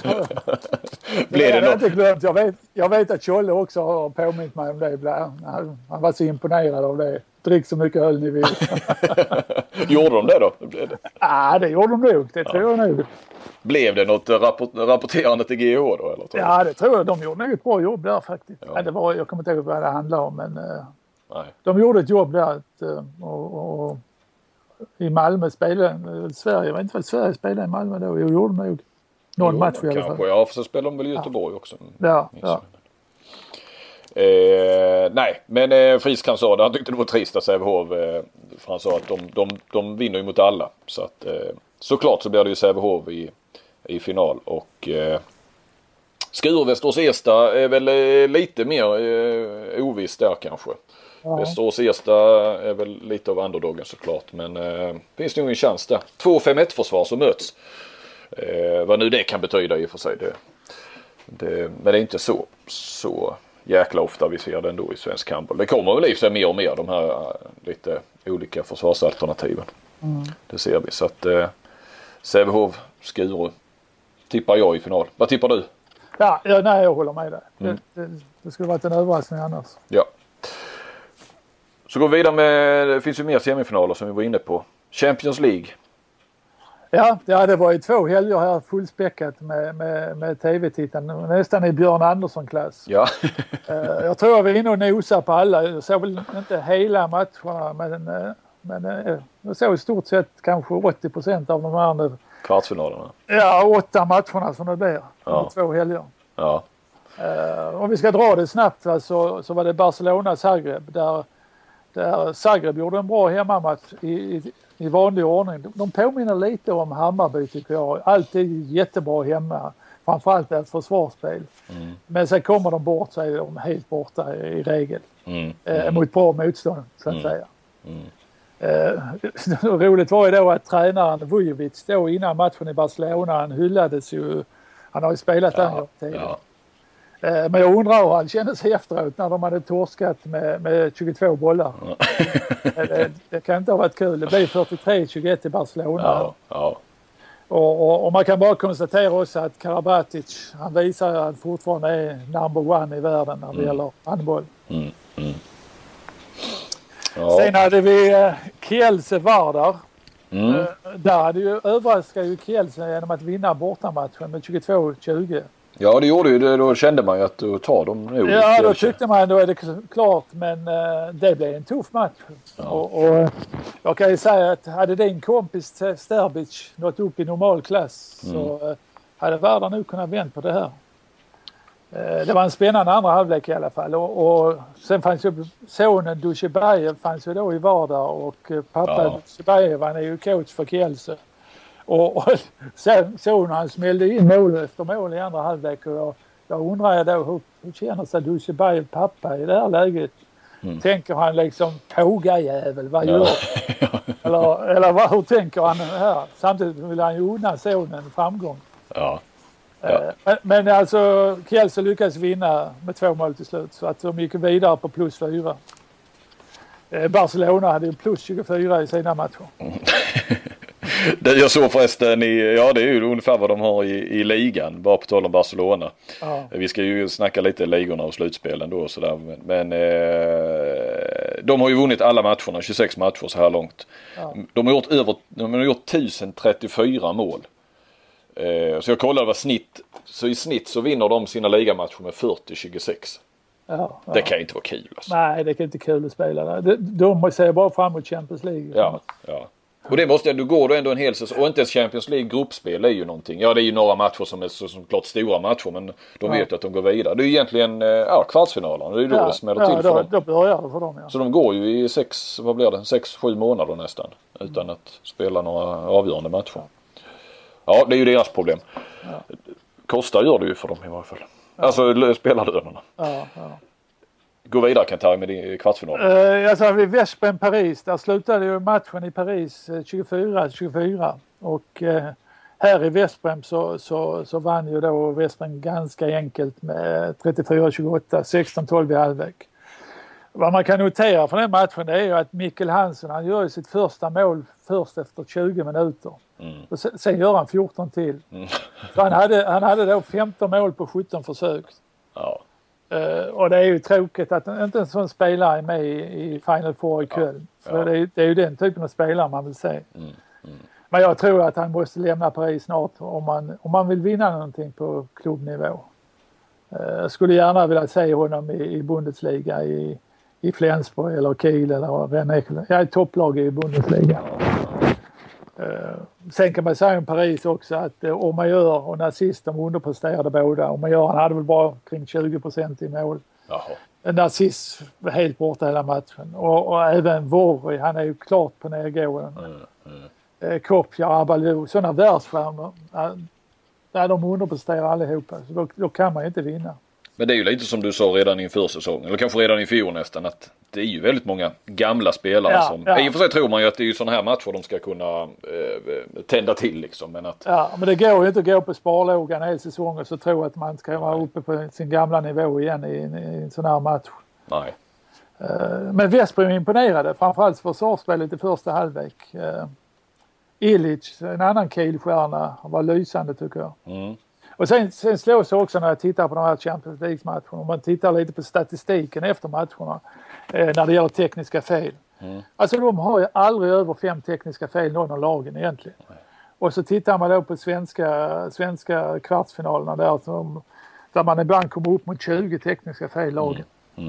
Jag vet att Tjolle också har påmint mig om det ibland. Han var så imponerad av det. Drick så mycket öl ni vill. Gjorde de det då? Ja, det gjorde de nog. Det tror jag nog. Blev det något rapporterande till GH då? Eller? Ja, det tror jag. De gjorde nog ett bra jobb där faktiskt. Ja. Jag kommer inte ihåg vad det handlar om, men de gjorde ett jobb där. Och i Malmö spelade Sverige. Jag vet inte vad Sverige spelade i Malmö då. Jag gjorde nog någon match i alla fall. Ja, för så spelade de väl i Göteborg också. Ja. Nej, men Frisk han sa det. Han tyckte det var trist att Sävehof. För han sa att de vinner ju mot alla. Så att såklart så blir det ju Sävehof i final. Och Skuru Västerås Ersta är väl lite mer oviss där kanske. Ja. Västerås Ersta är väl lite av underdogen såklart. Men finns det nog en chans där. 2-5-1 försvar som möts. Vad nu det kan betyda i och för sig. Men det är inte så jäkla ofta vi ser det ändå i svensk handboll. Det kommer väl i sig mer och mer de här lite olika försvarsalternativen. Det ser vi. Så att Sävehof, Skuru tippar jag i final. Vad tippar du? Ja, nej, jag håller med dig. Det skulle varit en överraskning annars. Ja. Så går vi vidare med, det finns ju mer semifinaler som vi var inne på. Champions League. Ja, det var ju 2 helger här fullspäckat med tv-tittarna. Nästan i Björn Andersson-klass. Ja. Jag tror jag var inne och nosade på alla. Jag såg väl inte hela matcherna, men jag såg i stort sett kanske 80% av de här kvartsfinalerna. Ja, 8 matcherna som det blir. Ja. 2 helger. Ja. Om vi ska dra det snabbt så var det Barcelona-Zagreb där Zagreb gjorde en bra hemmamatch i vanlig ordning. De påminner lite om Hammarby tycker jag. Alltid jättebra hemma. Framförallt ett försvarsspel. Men sen kommer de bort så är de helt borta i regel. Mot bra motstånd så att säga. Roligt var ju då att tränaren Vujovic då innan matchen i Barcelona han hyllades ju. Han har ju spelat där tidigare. Ja. Men jag undrar hur han kände sig efteråt när de hade torskat med 22 bollar. Det kan inte ha varit kul. Det blev 43-21 i Barcelona. Ja. Och man kan bara konstatera också att Karabatic, han visar att han fortfarande är number one i världen när det gäller handboll. Ja. Sen hade vi Kielce Vardar. Där hade ju överraskat ju Kielce genom att vinna bortamatchen med 22-20. Ja, det gjorde ju det. Då kände man ju att du tar dem nu. Ja, då tyckte man då är det klart, men det blev en tuff match. Ja. Och jag kan ju säga att hade din kompis Sterbic nått upp i normal klass så hade Vardar nog kunnat vända på det här. Det var en spännande andra halvlek i alla fall. Och sen fanns ju sonen Dushibayev fanns ju då i Vardar och pappa Dushibayev, han är ju coach för Kielce. Och sen sonen han smällde in mål efter mål i andra halvlek och jag undrar då hur känner sig Dushibayev pappa i det här läget? Tänker han liksom pågajävel, vad gör eller hur tänker han här? Samtidigt vill han ju unna sonen framgång. Ja. Men alltså Kielce lyckades vinna med 2 mål till slut så att de gick vidare på +4. Barcelona hade ju +24 i sina matcher. Det jag såg förresten det är ju ungefär vad de har i ligan, bara på tal om Barcelona. Ja. Vi ska ju snacka lite ligorna och slutspelen då och sådär. Men de har ju vunnit alla matcherna, 26 matcher så här långt. Ja. De har gjort 1034 mål. Så jag kollade vad snitt, så i snitt så vinner de sina ligamatcher med 40-26. Ja. Det kan ju inte vara kul alltså. Nej, det kan inte kul att spela där. De ser bara fram emot Champions League. Ja. Och det måste du går då ändå en hel säsong. Och inte ens Champions League gruppspel är ju någonting. Ja, det är ju några matcher som är som klart stora matcher, men de vet att de går vidare. Det är ju egentligen kvartsfinalen. Det är ju då det smäller till för dem. Då börjar det för dem, ja. Så de går ju i 6-7 månader nästan utan att spela några avgörande matcher. Ja, det är ju deras problem. Ja. Kostar gör det ju för dem i varje fall. Ja. Alltså spelarlönerna. Ja. Gå vidare kan ta med kvartsfinalen. Alltså vid Veszprem Paris, där slutade ju matchen i Paris 24-24 och här i Veszprem så vann ju då Veszprem ganska enkelt med 34-28, 16-12 i halvlek. Vad man kan notera från den matchen det är ju att Mikkel Hansen, han gör ju sitt första mål först efter 20 minuter. Och sen gör han 14 till. Så han hade då 15 mål på 17 försök. Ja. Och det är ju tråkigt att inte en sån spelare är med i Final Four i Köln. För det är ju den typen av spelare man vill se. Men jag tror att han måste lämna Paris snart om man vill vinna någonting på klubbnivå. Jag skulle gärna vilja se honom i Bundesliga i Flensburg eller Kiel eller Rennes. Jag är topplag i Bundesliga. Sen kan man säga om Paris också att om man gör och nazist de underpresterade båda. Om man gör, han hade väl bara kring 20% i mål. Nazist var helt borta hela matchen. Och även Vorri, han är ju klart på nedgående. Kopja, Abalou, sådana världsstjärnor. Där de underpresterar allihopa. Så då kan man inte vinna. Men det är ju lite som du sa redan inför säsongen, eller kanske redan i fjol nästan, att det är ju väldigt många gamla spelare som... I och för sig tror man ju att det är ju sådana här matcher de ska kunna tända till liksom. Men men det går ju inte att gå på sparlågan hela säsongen så tro att man ska vara uppe på sin gamla nivå igen i en sån här match. Nej. Men Veszprem imponerade, framförallt försvarsspelet i första halvlek. Illich, en annan Kielstjärna, var lysande tycker jag. Och sen slås jag också när jag tittar på de här Champions League-matcherna. Om man tittar lite på statistiken efter matcherna när det gäller tekniska fel. Alltså de har ju aldrig över 5 tekniska fel någon av lagen egentligen. Och så tittar man då på svenska kvartsfinalerna där man ibland kommer upp mot 20 tekniska fel lagen.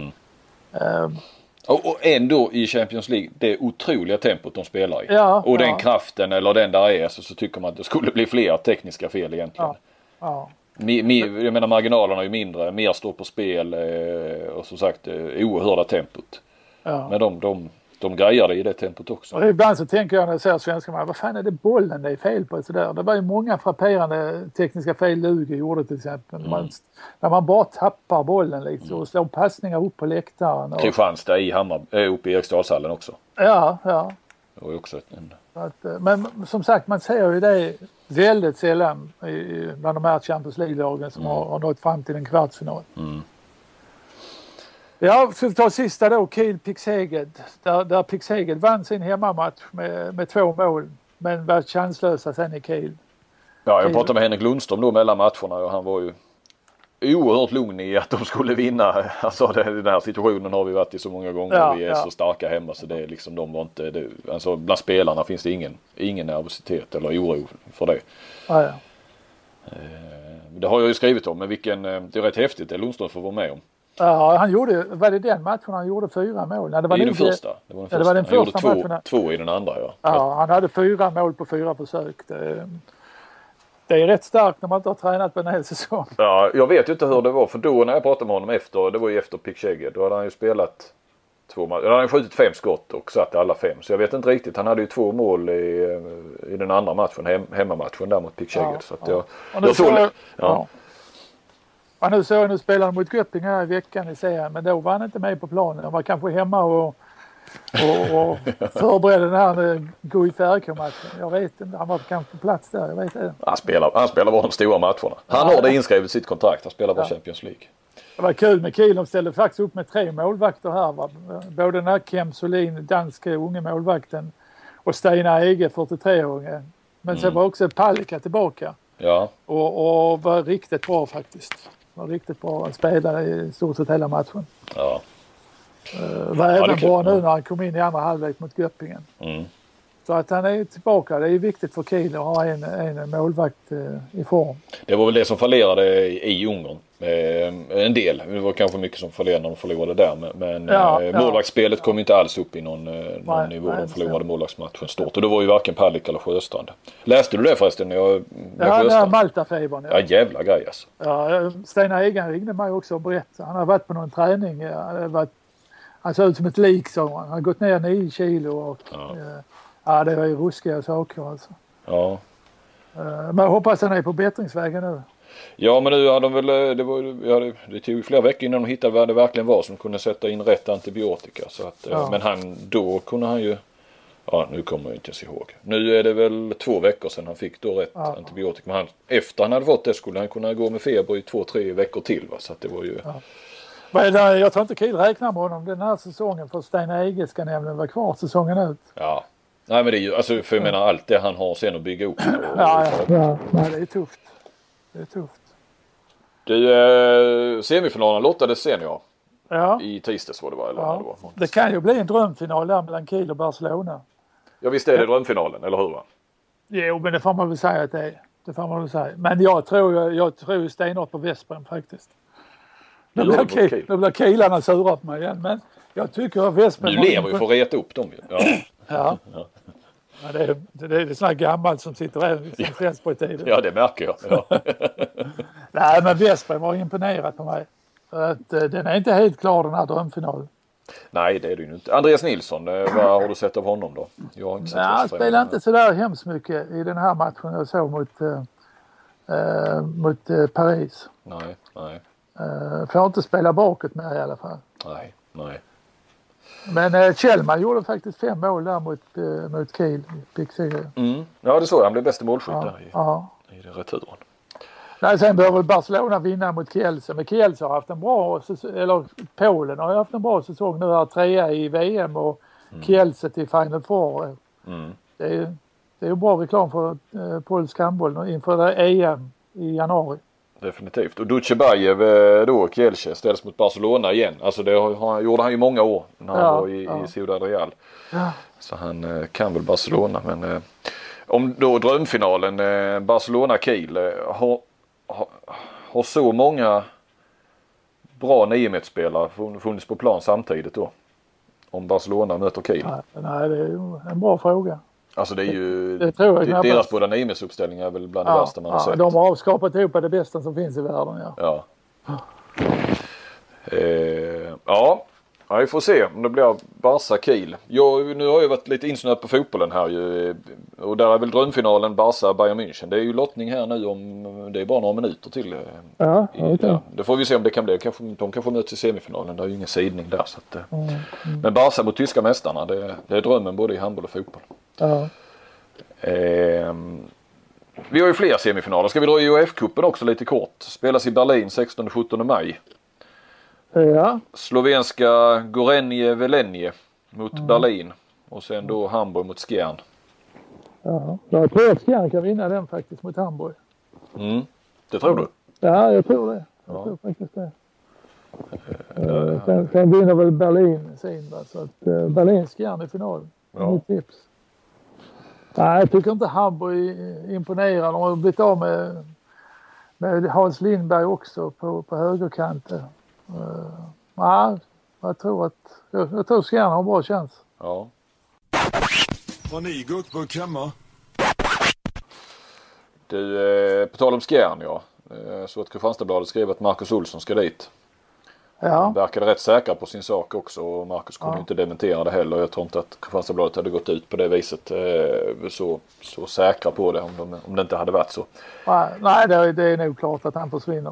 Och ändå i Champions League, det otroliga tempot de spelar i. Och den kraften eller den där är så tycker man att det skulle bli fler tekniska fel egentligen. Jag menar marginalerna är ju mindre, mer står på spel och som sagt oerhörda tempot. Men de grejar det i det tempot också. Och ibland så tänker jag när jag ser svenska vad fan är det bollen det är fel på så där. Det var ju många frapperande tekniska fel Lugi gjorde till exempel. När man bara tappar bollen liksom och slår passningar upp på läktaren. Kristianstad uppe i Eriksdalshallen också. Ja. Det var ju också men som sagt man ser ju det väldigt sällan bland de här Champions League-lagen som har nått fram till en kvartsfinal. Ja, för att ta sista då, Kiel Pixeged. Där Pixeged vann sin hemmamatch med 2 mål. Men var chanslösa sen i Kiel. Ja, jag pratade med Henrik Lundström då mellan matcherna och han var ju oerhört lugn i att de skulle vinna. Alltså den här situationen har vi varit i så många gånger och vi är så starka hemma så det är liksom de var inte det, alltså bland spelarna finns det ingen nervositet eller oro för det. Ja. Det har jag ju skrivit om, men det är rätt häftigt det Lundström får vara med om. Ja, var det den matchen han gjorde 4 mål? Nej, det var den första. Det var den första. Han gjorde två i den andra. Ja, han hade 4 mål på 4 försök. Det är rätt starkt när man inte har tränat på en hel säsong. Ja, jag vet ju inte hur det var för då när jag pratade med honom efter, det var ju efter Pick-Shegge, då hade han ju spelat 2 matcher. Han hade skjutit 5 skott och satt alla 5. Så jag vet inte riktigt, han hade ju 2 mål i den andra matchen, hemmamatchen där mot Pick-Shegge. Ja, så att nu spelar han mot Göpping här i veckan i serien, men då var han inte med på planen. Han var kanske hemma och förberedde den här Guy Färjestad-matchen. Jag vet inte, han var kanske på plats där, jag vet inte. Han spelar bara de stora matcherna. Han har det inskrivet i sitt kontrakt, han spelar bara Champions League. Det var kul med Kiel, de ställde faktiskt upp med 3 målvakter här. Va? Både den här Kem Solin, danske unge målvakten och Steinar Ege, 43-åringen. Men sen var också Palicka tillbaka. Ja. Och var riktigt bra faktiskt. Var riktigt bra att spela i stort sett hela matchen. Ja. Var även bra nu när han kom in i andra halvlek mot Göppingen. Så att han är tillbaka, det är viktigt för Kiel att ha en målvakt i form. Det var väl det som fallerade i Ungern. En del, det var kanske mycket som fallerade när de förlorade där. Men målvaktsspelet kom inte alls upp i någon nivå. De förlorade målvaktsmatchen stort. Och det var ju varken Palicka eller Sjöstrand. Läste du det förresten? Ja, den här Malta-febern. Ja, jävla grej alltså. Ja, Steinar Egen ringde mig också och berättade. Han har varit på någon träning. Han såg ut som ett lik, så han har gått ner 9 kilo och det var ju ruskiga saker alltså. Ja. Men jag hoppas han är på bättringsvägen nu. Ja, men nu hade de väl, det tog flera veckor innan de hittade vad det verkligen var som kunde sätta in rätt antibiotika. Så att, men då kunde han ju, nu kommer jag inte ens ihåg. Nu är det väl 2 veckor sedan han fick då rätt antibiotika. Men efter han hade fått det skulle han kunna gå med feber i 2-3 veckor till. Va? Så att det var ju... Men jag tror inte Kiel räknar med honom den här säsongen, för Steinar Ege ska nämligen vara kvar säsongen ut. Ja. Nej, men det är ju, alltså, för jag menar allt det han har sen att bygga upp. Nej, det är tufft. Det är tufft. Semifinalen lottades sen i tisdags var det var. Eller det kan ju bli en drömfinal där mellan Kiel och Barcelona. Ja, visst är det drömfinalen, eller hur va? Jo, men det får man väl säga att det är. Det får man väl säga. Men jag tror stenhårt på Veszprem faktiskt. Nu blir Kielarna sura på mig igen, men jag tycker att Veszprem... Du lever ju för att reta upp dem ju. Ja. Ja, det är sån här gammalt som sitter här som känns på tiden. Ja, det märker jag. Ja. Nej, men Veszprem har imponerat på mig. För att den är inte helt klar, den här drömfinalen. Nej, det är det ju inte. Andreas Nilsson, vad har du sett av honom då? Jag har inte sett han spelar inte så där hemskt mycket i den här matchen jag såg mot Paris. Nej. Får inte spela bakåt med i alla fall. Nej. Men Kjellman gjorde faktiskt 5 mål där mot Kiel. Ja, det såg han blev bästa målskytt där i den returen. Nej, sen behöver Barcelona vinna mot Kielce. Men Kielce har haft en bra Polen har haft en bra säsong nu här, 3 i VM och Kielce till Final Four. Det är ju bra reklam för polsk handboll inför det EM i januari. Definitivt. Och Dutjebajev då, Kielce, ställs mot Barcelona igen. Alltså det gjorde han ju många år när han var i Ciudad Real. Ja. Så han kan väl Barcelona. Men om då drömfinalen Barcelona-Kiel har så många bra 9-metersspelare funnits på plan samtidigt då? Om Barcelona möter Kiel? Nej, det är ju en bra fråga. Alltså det är ju deras båda 9-metersuppställningar är väl bland det värsta man har sett. De har avskapat ihop det bästa som finns i världen. Vi får se om det blir Barca-Kiel. Nu har jag varit lite insnöad på fotbollen här ju, och där är väl drömfinalen Barca-Bayern München. Det är ju lottning här nu om det är bara några minuter till. Det får vi se om det kan bli. De kanske möts i semifinalen. Det är ju ingen sidning där. Så att, men Barca mot tyska mästarna, det är drömmen både i handboll och fotboll. Vi har ju fler semifinaler. Ska vi dra i UEF-cupen också lite kort? Spelas i Berlin 16-17 maj. Slovenska Gorenje Velenje mot Berlin och sen då Hamburg mot Skjern. Ja, jag tror att Skjern kan vinna den faktiskt mot Hamburg. Det tror du? Ja, jag tror det. Jag tror faktiskt det. Sen vinner väl Berlin sin. Så att Berlin Skjern i finalen. Ja. Mitt tips. Nej, jag tycker inte Hamburg imponerar. De har blivit av med Hans Lindberg också på högerkanten. Nej, jag tror Skjern har en bra chans. Ja. Har ni gurkburk hemma? Du, på tal om Skjern, ja. Så att Kristianstadsbladet skrev att Marcus Olsson ska dit. Ja. Han verkade rätt säker på sin sak också och Marcus kunde ju inte dementera det heller. Jag tror inte att Kristianstadsbladet hade gått ut på det viset så säkra på det om det inte hade varit så. Nej, det är nog klart att han försvinner.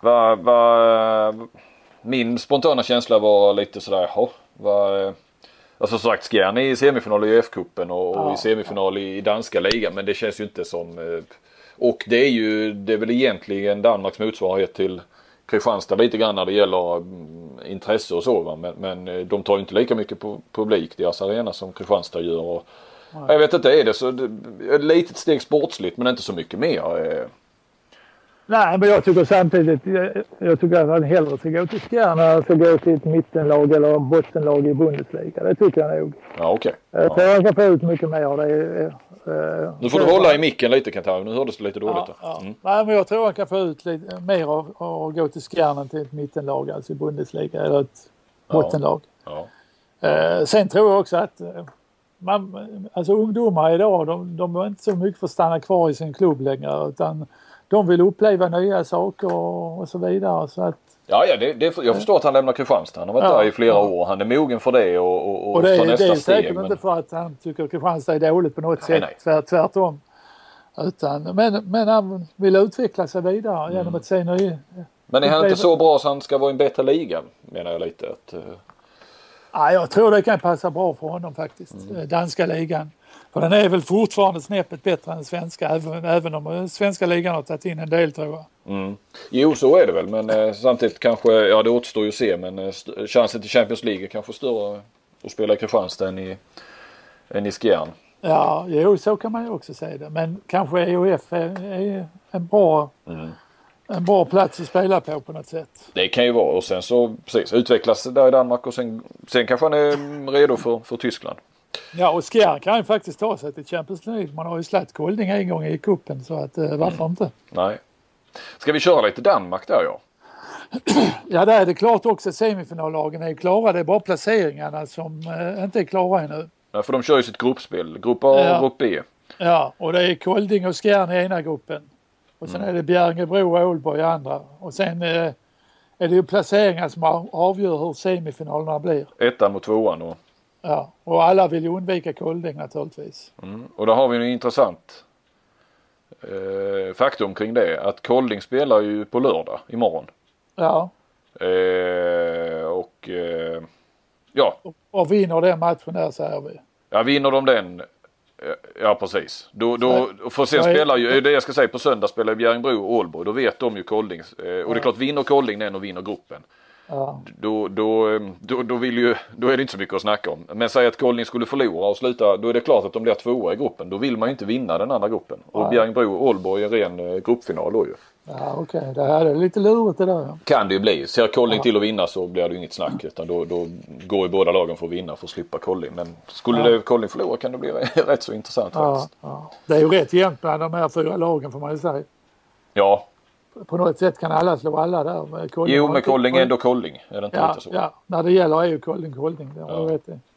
Min spontana känsla var lite sådär, alltså som sagt Skjern i semifinal i UF-cupen och i semifinal i danska ligan, men det känns ju inte som och det är väl egentligen Danmarks motsvarighet till Kristianstad lite grann när det gäller intresse och så, va? Men de tar ju inte lika mycket på publik deras arena som Kristianstad gör och jag vet inte, är det så ett litet steg sportsligt men inte så mycket mer. Nej, men jag tycker samtidigt jag tycker att han hellre ska gå till Skjern än ska gå till ett mittenlag eller bottenlag i Bundesliga. Det tycker jag nog. Ja, okej. Jag tror han kan få ut mycket mer av det. Nu får du hålla i micken lite, Kantar. Nu hördes det lite dåligt. Ja. Nej, men jag tror han kan få ut lite mer av att gå till Skjern än till ett mittenlag, alltså i Bundesliga eller ett bottenlag. Ja. Sen tror jag också att alltså ungdomar idag, de är inte så mycket för att stanna kvar i sin klubb längre, utan de vill uppleva nya saker och så vidare. Så att, jag förstår att han lämnar Kristianstad. Han har varit där i flera år. Han är mogen för det och tar nästa steg. Det är säkert inte för att han tycker Kristianstad är dåligt på något sätt. Nej. Tvärtom. Men han vill utveckla sig vidare genom att se nya. Men är han inte så bra så han ska vara i en bättre liga, menar jag lite. Ja, jag tror det kan passa bra för honom faktiskt. Danska ligan. För den är väl fortfarande snäppet bättre än svenska, även om svenska ligan har tagit in en del, tror jag. Jo, så är det väl, men samtidigt kanske, det återstår ju att se, men chansen till Champions League är kanske större att spela i Kristianstad än i Skjern. Ja, så kan man ju också säga det. Men kanske EOF är en bra plats att spela på något sätt. Det kan ju vara, och sen så precis utvecklas där i Danmark och sen kanske han är redo för Tyskland. Ja, och Skjern kan ju faktiskt ta sig till Champions League. Man har ju slätt Kolding en gång i kuppen, så att varför inte? Nej. Ska vi köra lite Danmark där, ja? Ja, där är det klart också. Semifinallagen är klara. Det är bara placeringarna som inte är klara ännu. Ja, för de kör ju sitt gruppspel. Grupp A och grupp B. Ja, och det är Kolding och Skjern i ena gruppen. Och sen är det Bjärringebro och Ålborg i andra. Och sen är det ju placeringar som avgör hur semifinalerna blir. 1 mot 2 och... Ja, och alla vill ju undvika Kolding naturligtvis. Och då har vi en intressant faktum kring det. Att Kolding spelar ju på lördag imorgon. Ja. Och vinner den matchen där, säger vi. Ja, vinner de den. Ja, precis. För sen spelar ju, det jag ska säga, på söndag spelar Bjärringebro och Ålborg. Då vet de ju Kolding. Och det är klart, vinner Kolding den och vinner gruppen. Ja. Då är det inte så mycket att snacka om. Men säg att Kolding skulle förlora och sluta, då är det klart att de blir 2 i gruppen. Då vill man ju inte vinna den andra gruppen. Och Bjärringebro och Ålborg är en ren gruppfinal då ju. Ja, okej. Det här är lite lurigt det där. Ja. Kan det ju bli. Ser Kolding till att vinna så blir det ju inget snack. Utan då går ju båda lagen för att vinna för att slippa Kolding. Men skulle Kolding förlora kan det bli rätt så intressant faktiskt. Ja. Det är ju rätt jämnt bland de här 4 lagen, får man ju säga. Ja. På något sätt kan alla slå alla där. Med Kolding, men Kolding är ändå Kolding. Är det inte lite så? Ja, när det gäller är ju Kolding. Det har rätt i.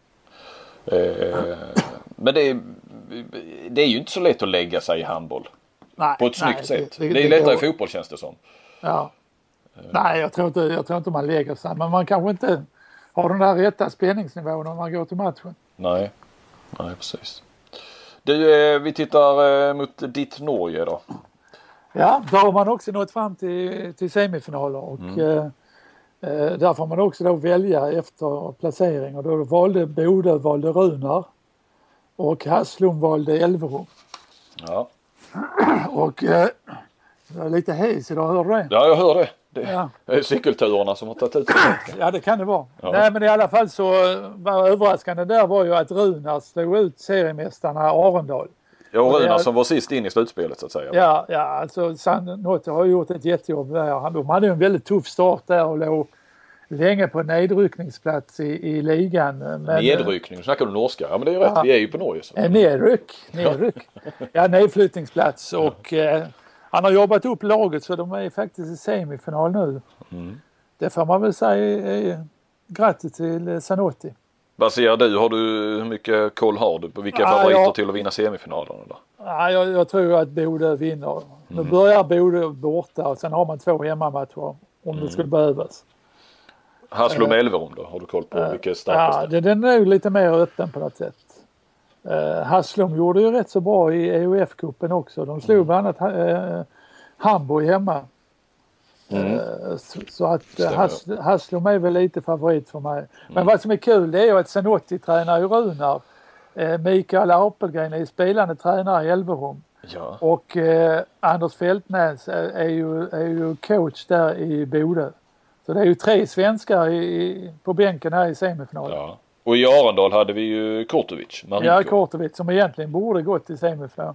Men det är ju inte så lätt att lägga sig i handboll. Nej, på ett snyggt sätt. Det är lättare i fotboll, känns det som. Ja. Nej, jag tror inte man lägger sig. Men man kanske inte har den där rätta spänningsnivån när man går till matchen. Nej, precis. Du, vi tittar mot ditt Norge då. Ja, där har man också nått fram till semifinaler. Och där får man också då välja efter placering. Och då valde Bodø Runar. Och Haslum valde Elverum. Ja. Och det är lite hes idag, hör du det? Ja, jag hör det. Det är cykelturerna som har tagit ut det. Ja, det kan det vara. Ja. Nej, men i alla fall så var överraskande där var ju att Runar slog ut seriemästarna Arendal. Ja, och Runar som var sist in i slutspelet så att säga. Ja, alltså Sanotti har gjort ett jättejobb där. De hade ju en väldigt tuff start där och låg länge på nedryckningsplats i ligan. Men, nedryckning, snackar du norska? Ja men det är ju rätt, vi är ju på Norge. Så. Nedryck. Ja, nedflyttningsplats och han har jobbat upp laget så de är faktiskt i semifinal nu. Det får man väl säga grattis till Sanotti. Vad säger du? Hur mycket koll har du på vilka favoriter till att vinna semifinalerna då? Ja, jag tror att Bodø vinner. Nu börjar Bodø borta och sen har man 2 hemmamatcher om det skulle behövas. Haslum Elverum då? Har du koll på vilka starkaste? Ja, den är ju lite mer öppen på något sätt. Haslum gjorde ju rätt så bra i EUF-cupen också. De slog bland annat Hamburg hemma. Så att Haslum är väl lite favorit för mig. Men vad som är kul det är ju att Sanotti tränar i Runar. Mikael Apelgren är spelande tränare i Elverum. Ja. Och Anders Fältnäs är ju coach där i Bodø. Så det är ju 3 svenskar på bänken här i semifinalen. Ja. Och i Arendal hade vi ju Kortovic. Ja, Kortovic som egentligen borde gått i semifinal.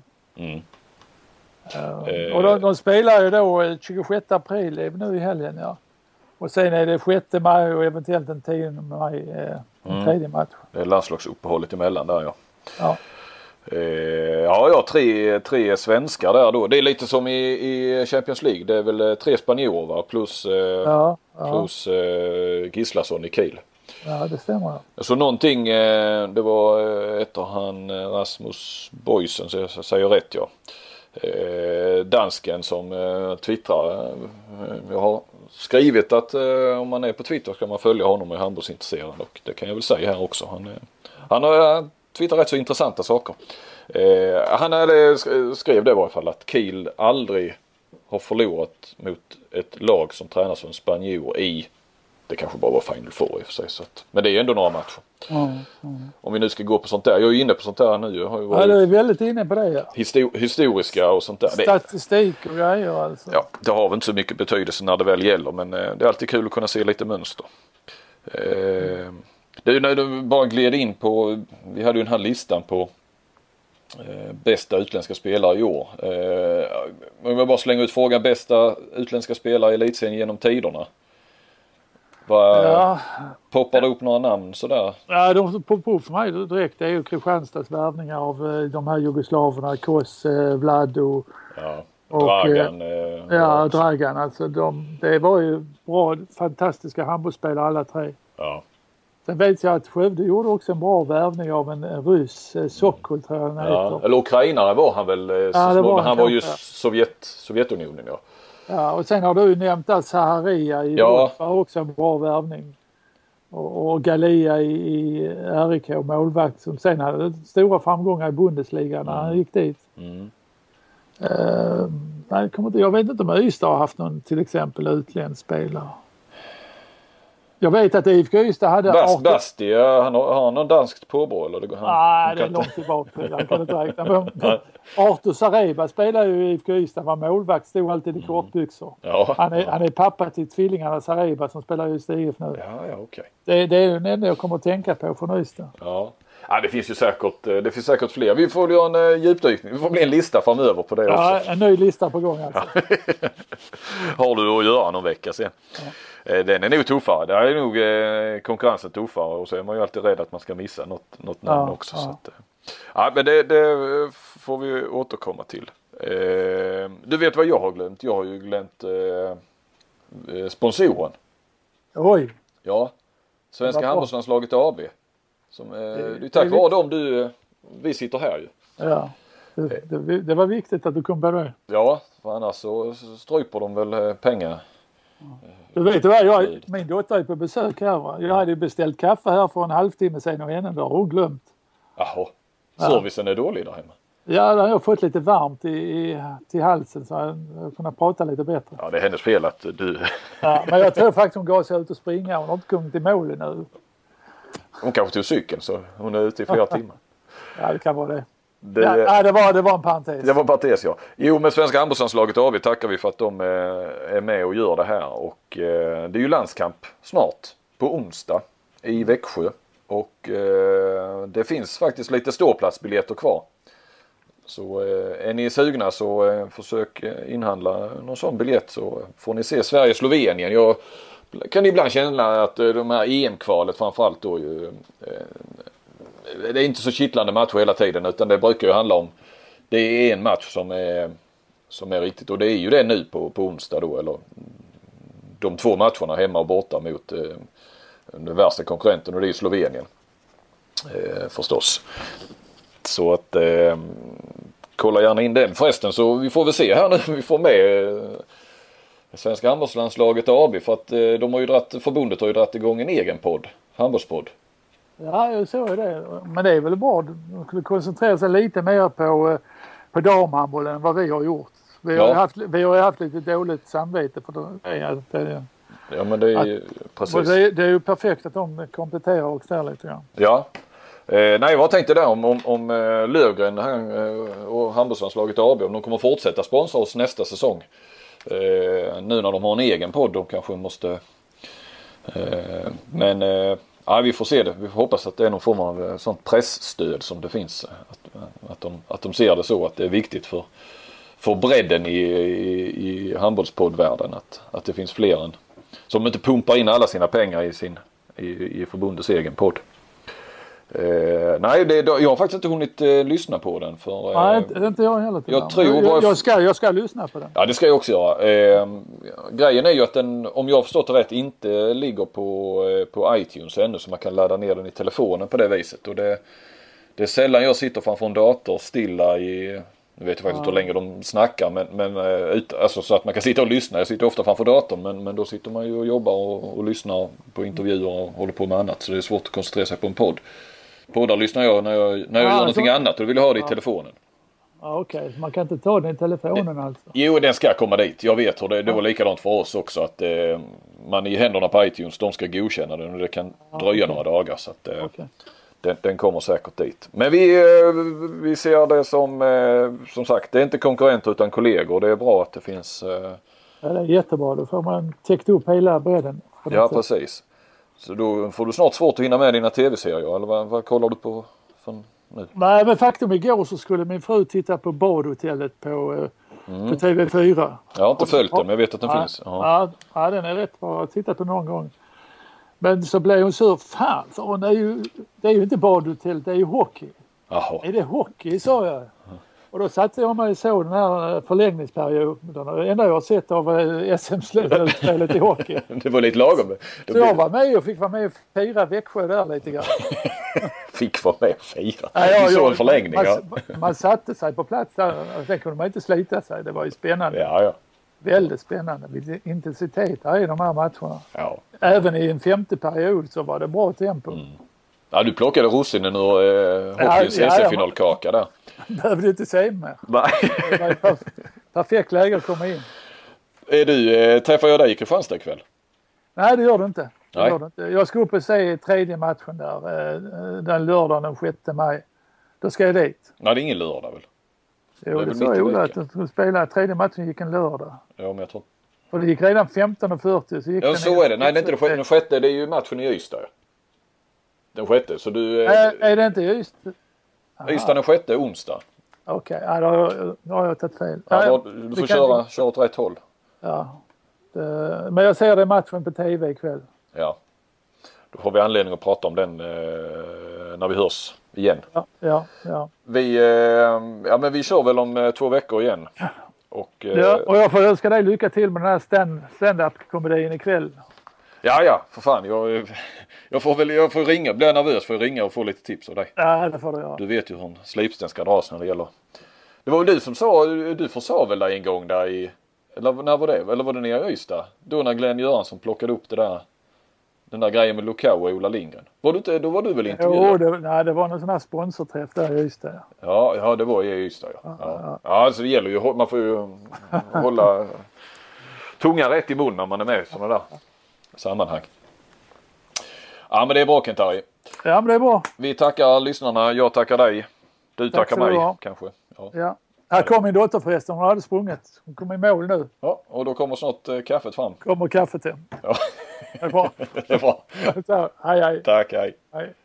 Och de spelar ju då 26 april nu i helgen, ja. Och sen är det 6 maj och eventuellt den 10 maj en tredje match. Det är landslagsuppehållet emellan där, ja. Tre svenskar där då. Det är lite som i Champions League. Det är väl 3 spanjorer plus Gislason i Kiel. Ja, det stämmer. Så någonting, det var han Rasmus Boysen, så jag säger rätt, ja. Dansken som twittrar. Jag har skrivit att om man är på Twitter ska man följa honom och är handbollsintresserad, och det kan jag väl säga här också. Han har twittrat rätt så intressanta saker. Han skrev det i varje fall att Kiel aldrig har förlorat mot ett lag som tränas av en spanjor i, det kanske bara var Final Four i och för sig, så att, men det är ändå några matcher. Om vi nu ska gå på sånt där, jag är ju inne på sånt där nu. Jag har ju varit du är väldigt inne på det, ja. Historiska och sånt där. Statistik och grejer alltså. Ja, det har väl inte så mycket betydelse när det väl gäller, men det är alltid kul att kunna se lite mönster. Det är ju när du bara gled in på, vi hade ju den här listan på bästa utländska spelare i år. Om jag bara slänger ut frågan, bästa utländska spelare i elitserien genom tiderna. Poppar det upp några namn sådär? Ja, de som poppar upp för mig direkt är ju Kristianstads värvningar av de här jugoslaverna, Kos, Vlado. Ja, Dragan. Dragan. Alltså det var ju bra, fantastiska handbollsspelare alla 3. Ja. Sen vet jag att Skövde gjorde också en bra värvning av en ryss, Sokol tror jag den heter. Eller ukrainare var han väl, men han var ju Sovjetunionen, ja. Ja, och sen har du nämnt att Saharia i var också en bra värvning. Och Galia i RIK, målvakt, som sen hade stora framgångar i Bundesliga när han gick dit. Jag vet inte om Ystad har haft någon till exempel utländsk spelare. Jag vet att IFK Ystad hade... Basti, har han någon danskt påbrå? Nej, det är långt tillbaka. Jag kan inte räkna. Artur Sareba spelar ju i IFK Ystad, var målvakt, stod alltid i kortbyxor. Ja. Han är pappa till tvillingarna Sareba som spelar just i IF nu. Ja, okej. Det är ju den enda jag kommer att tänka på från Ystad. Ja. Ja, det finns säkert fler. Vi får göra en djupdykning. Vi får bli en lista framöver på det också. Ja, en ny lista på gång alltså. Har du att göra någon vecka sen. Ja. Den är nog tuffare. Där är nog konkurrensen tuffare, och så är man ju alltid rädd att man ska missa något namn också. Så att, men det får vi återkomma till. Du vet vad jag har glömt? Jag har ju glömt sponsoren. Oj! Ja, Svenska handbollslandslaget AB. Det är tack vare dem vi sitter här ju. Ja, det var viktigt att du kom på det. Ja, för annars så stryper de väl pengar. Du vet vad, min dotter är på besök här. Va? Jag hade beställt kaffe här för en halvtimme sedan och henne har hon glömt. Jaha, servicen är dålig där hemma. Ja, jag har fått lite varmt till halsen så jag kunde prata lite bättre. Ja, det är hennes fel att du... Ja, men jag tror faktiskt hon gav sig ut och springa. Hon har inte kommit till målen nu. Hon kanske tog cykeln så hon är ute i flera timmar. Ja, det kan vara det. Det var en parentes. Det var en parentes, ja. Jo, men Svenska handbollslandslaget AB tackar vi för att de är med och gör det här. Och det är ju landskamp snart på onsdag i Växjö. Och det finns faktiskt lite ståplatsbiljetter kvar. Så är ni sugna så försök inhandla någon sån biljett så får ni se Sverige-Slovenien. Jag kan ibland känna att de här EM-kvalet framförallt då ju, det är inte så kittlande matcher hela tiden utan det brukar ju handla om, det är en match som är riktigt och det är ju det nu på onsdag då, eller de 2 matcherna hemma och borta mot den värsta konkurrenten och det är Slovenien förstås. Så att kolla gärna in den. Förresten så vi får väl se här nu vi får med Svenska handbollslandslaget AB för att förbundet har ju dratt igång en egen podd, handbollspodd. Ja, jag såg det. Men det är väl bra. De skulle koncentrera sig lite mer på damhandbollen än vad vi har gjort. Vi har haft lite dåligt samvete för det. Ja, men det är ju precis. Det är ju perfekt att de kompletterar och där lite grann. Ja. Nej, vad tänkte där om Löfgren och handbollslandslaget AB om de kommer fortsätta sponsra oss nästa säsong. Nu när de har en egen podd de kanske måste ja, vi får se det. Vi får hoppas att det är någon form av sånt pressstöd som det finns. Att de ser det så att det är viktigt för bredden i handbollspoddvärlden att det finns fler än som inte pumpar in alla sina pengar i förbundets egen podd. Nej, jag har faktiskt inte hunnit lyssna på den. Nej, inte jag heller. Jag ska lyssna på den. Ja, det ska jag också göra. Grejen är ju att den, om jag har förstått det rätt, inte ligger på iTunes ännu så man kan ladda ner den i telefonen på det viset. Och det är sällan jag sitter framför en dator stilla i... Nu vet jag faktiskt inte hur länge de snackar men alltså så att man kan sitta och lyssna. Jag sitter ofta framför datorn men då sitter man ju och jobbar och lyssnar på intervjuer och håller på med annat. Så det är svårt att koncentrera sig på en podd. Poddar lyssnar jag när jag gör någonting annat och då vill jag ha det i telefonen. Ja, okej. Man kan inte ta den i telefonen alltså? Jo, den ska komma dit. Jag vet hur det var likadant för oss också att man i händerna på iTunes, de ska godkänna den och det kan dröja några dagar så att den kommer säkert dit. Men vi ser det som sagt, det är inte konkurrenter utan kollegor. Det är bra att det finns... Ja, det är jättebra. Då får man täckt upp hela bredden. Ja, precis. Så då får du snart svårt att hinna med dina tv-serier. Eller vad kollar du på för nu? Nej, men faktum igår så skulle min fru titta på badhotellet på TV4. Jag har inte följt den, men jag vet att den finns. Ja, den är rätt bra. Jag har tittat på någon gång. Men så blev hon så fan, så det är ju inte badhotell, det är ju hockey. Jaha. Är det hockey, sa jag. Och då satte jag mig och såg den här förlängningsperioden. Det enda jag har sett av SM-slutspelet i hockey. Det var lite lagom. Så jag var med och fick vara med och fira Växjö där lite grann. Fick vara med och fira? Ja, så en förlängning. Man satte sig på plats där. Sen kunde man inte slita sig. Det var ju spännande. Ja. Väldigt spännande. Intensitet här i de här matcherna. Ja. Även i en 5:e period så var det bra tempo. Ja, du plockade russinen ur hockeyns SM-finalkaka där. Behövde inte säga mer. Nej. Det var ett perfekt läge att komma in. Träffar jag dig i Kristianstad ikväll? Nej, det gör du inte. Nej. Jag ska upp och se tredje matchen där. Den lördagen den 6 maj. Då ska jag dit. Nej, det är ingen lördag väl? Jo, det sa Ola att de skulle spela. Tredje matchen gick en lördag. Ja, men jag tror... För det gick redan 15:40 så gick ja, den så är det. Nej, det är inte den sjätte. Det är ju matchen i Ystad. Den sjätte, så du... Är det inte i Ystad? Ystad den sjätte, onsdag. Okej, då har jag tagit fel. Ja, du får köra åt rätt håll. Ja. Men jag ser det matchen på tv ikväll. Ja. Då får vi anledning att prata om den när vi hörs igen. Ja. Men vi kör väl om 2 veckor igen. Och jag får önska dig lycka till med den här stand-up-komedin ikväll. Ja, för fan. Jag får ringa, blir nervös för att ringa och få lite tips av dig. Ja, det får du göra. Du vet ju hur en slipsten ska dras när det gäller. Det var väl du som sa väl där en gång där i, eller när var det? Eller var det nere i Ystad? Då när Glenn Göransson plockade upp den där grejen med Lukau och Ola Lindgren. Då var du väl intervjuad? Jo, det var någon sån här sponsorträff där i Ystad. Ja, det var i Ystad. Ja, alltså det gäller ju, man får ju hålla tungan rätt i mun när man är med i sådana där sammanhang. Ja, men det är bra, Kent-Harry. Ja, men det är bra. Vi tackar lyssnarna. Jag tackar dig. Du tackar mig, kanske. Ja. Här kom min dotter förresten. Hon hade sprungit. Hon kommer i mål nu. Ja, och då kommer snart kaffet fram. Kommer kaffet hem. Ja. Det är bra. Det är bra. Så, hej. Tack, hej. Hej.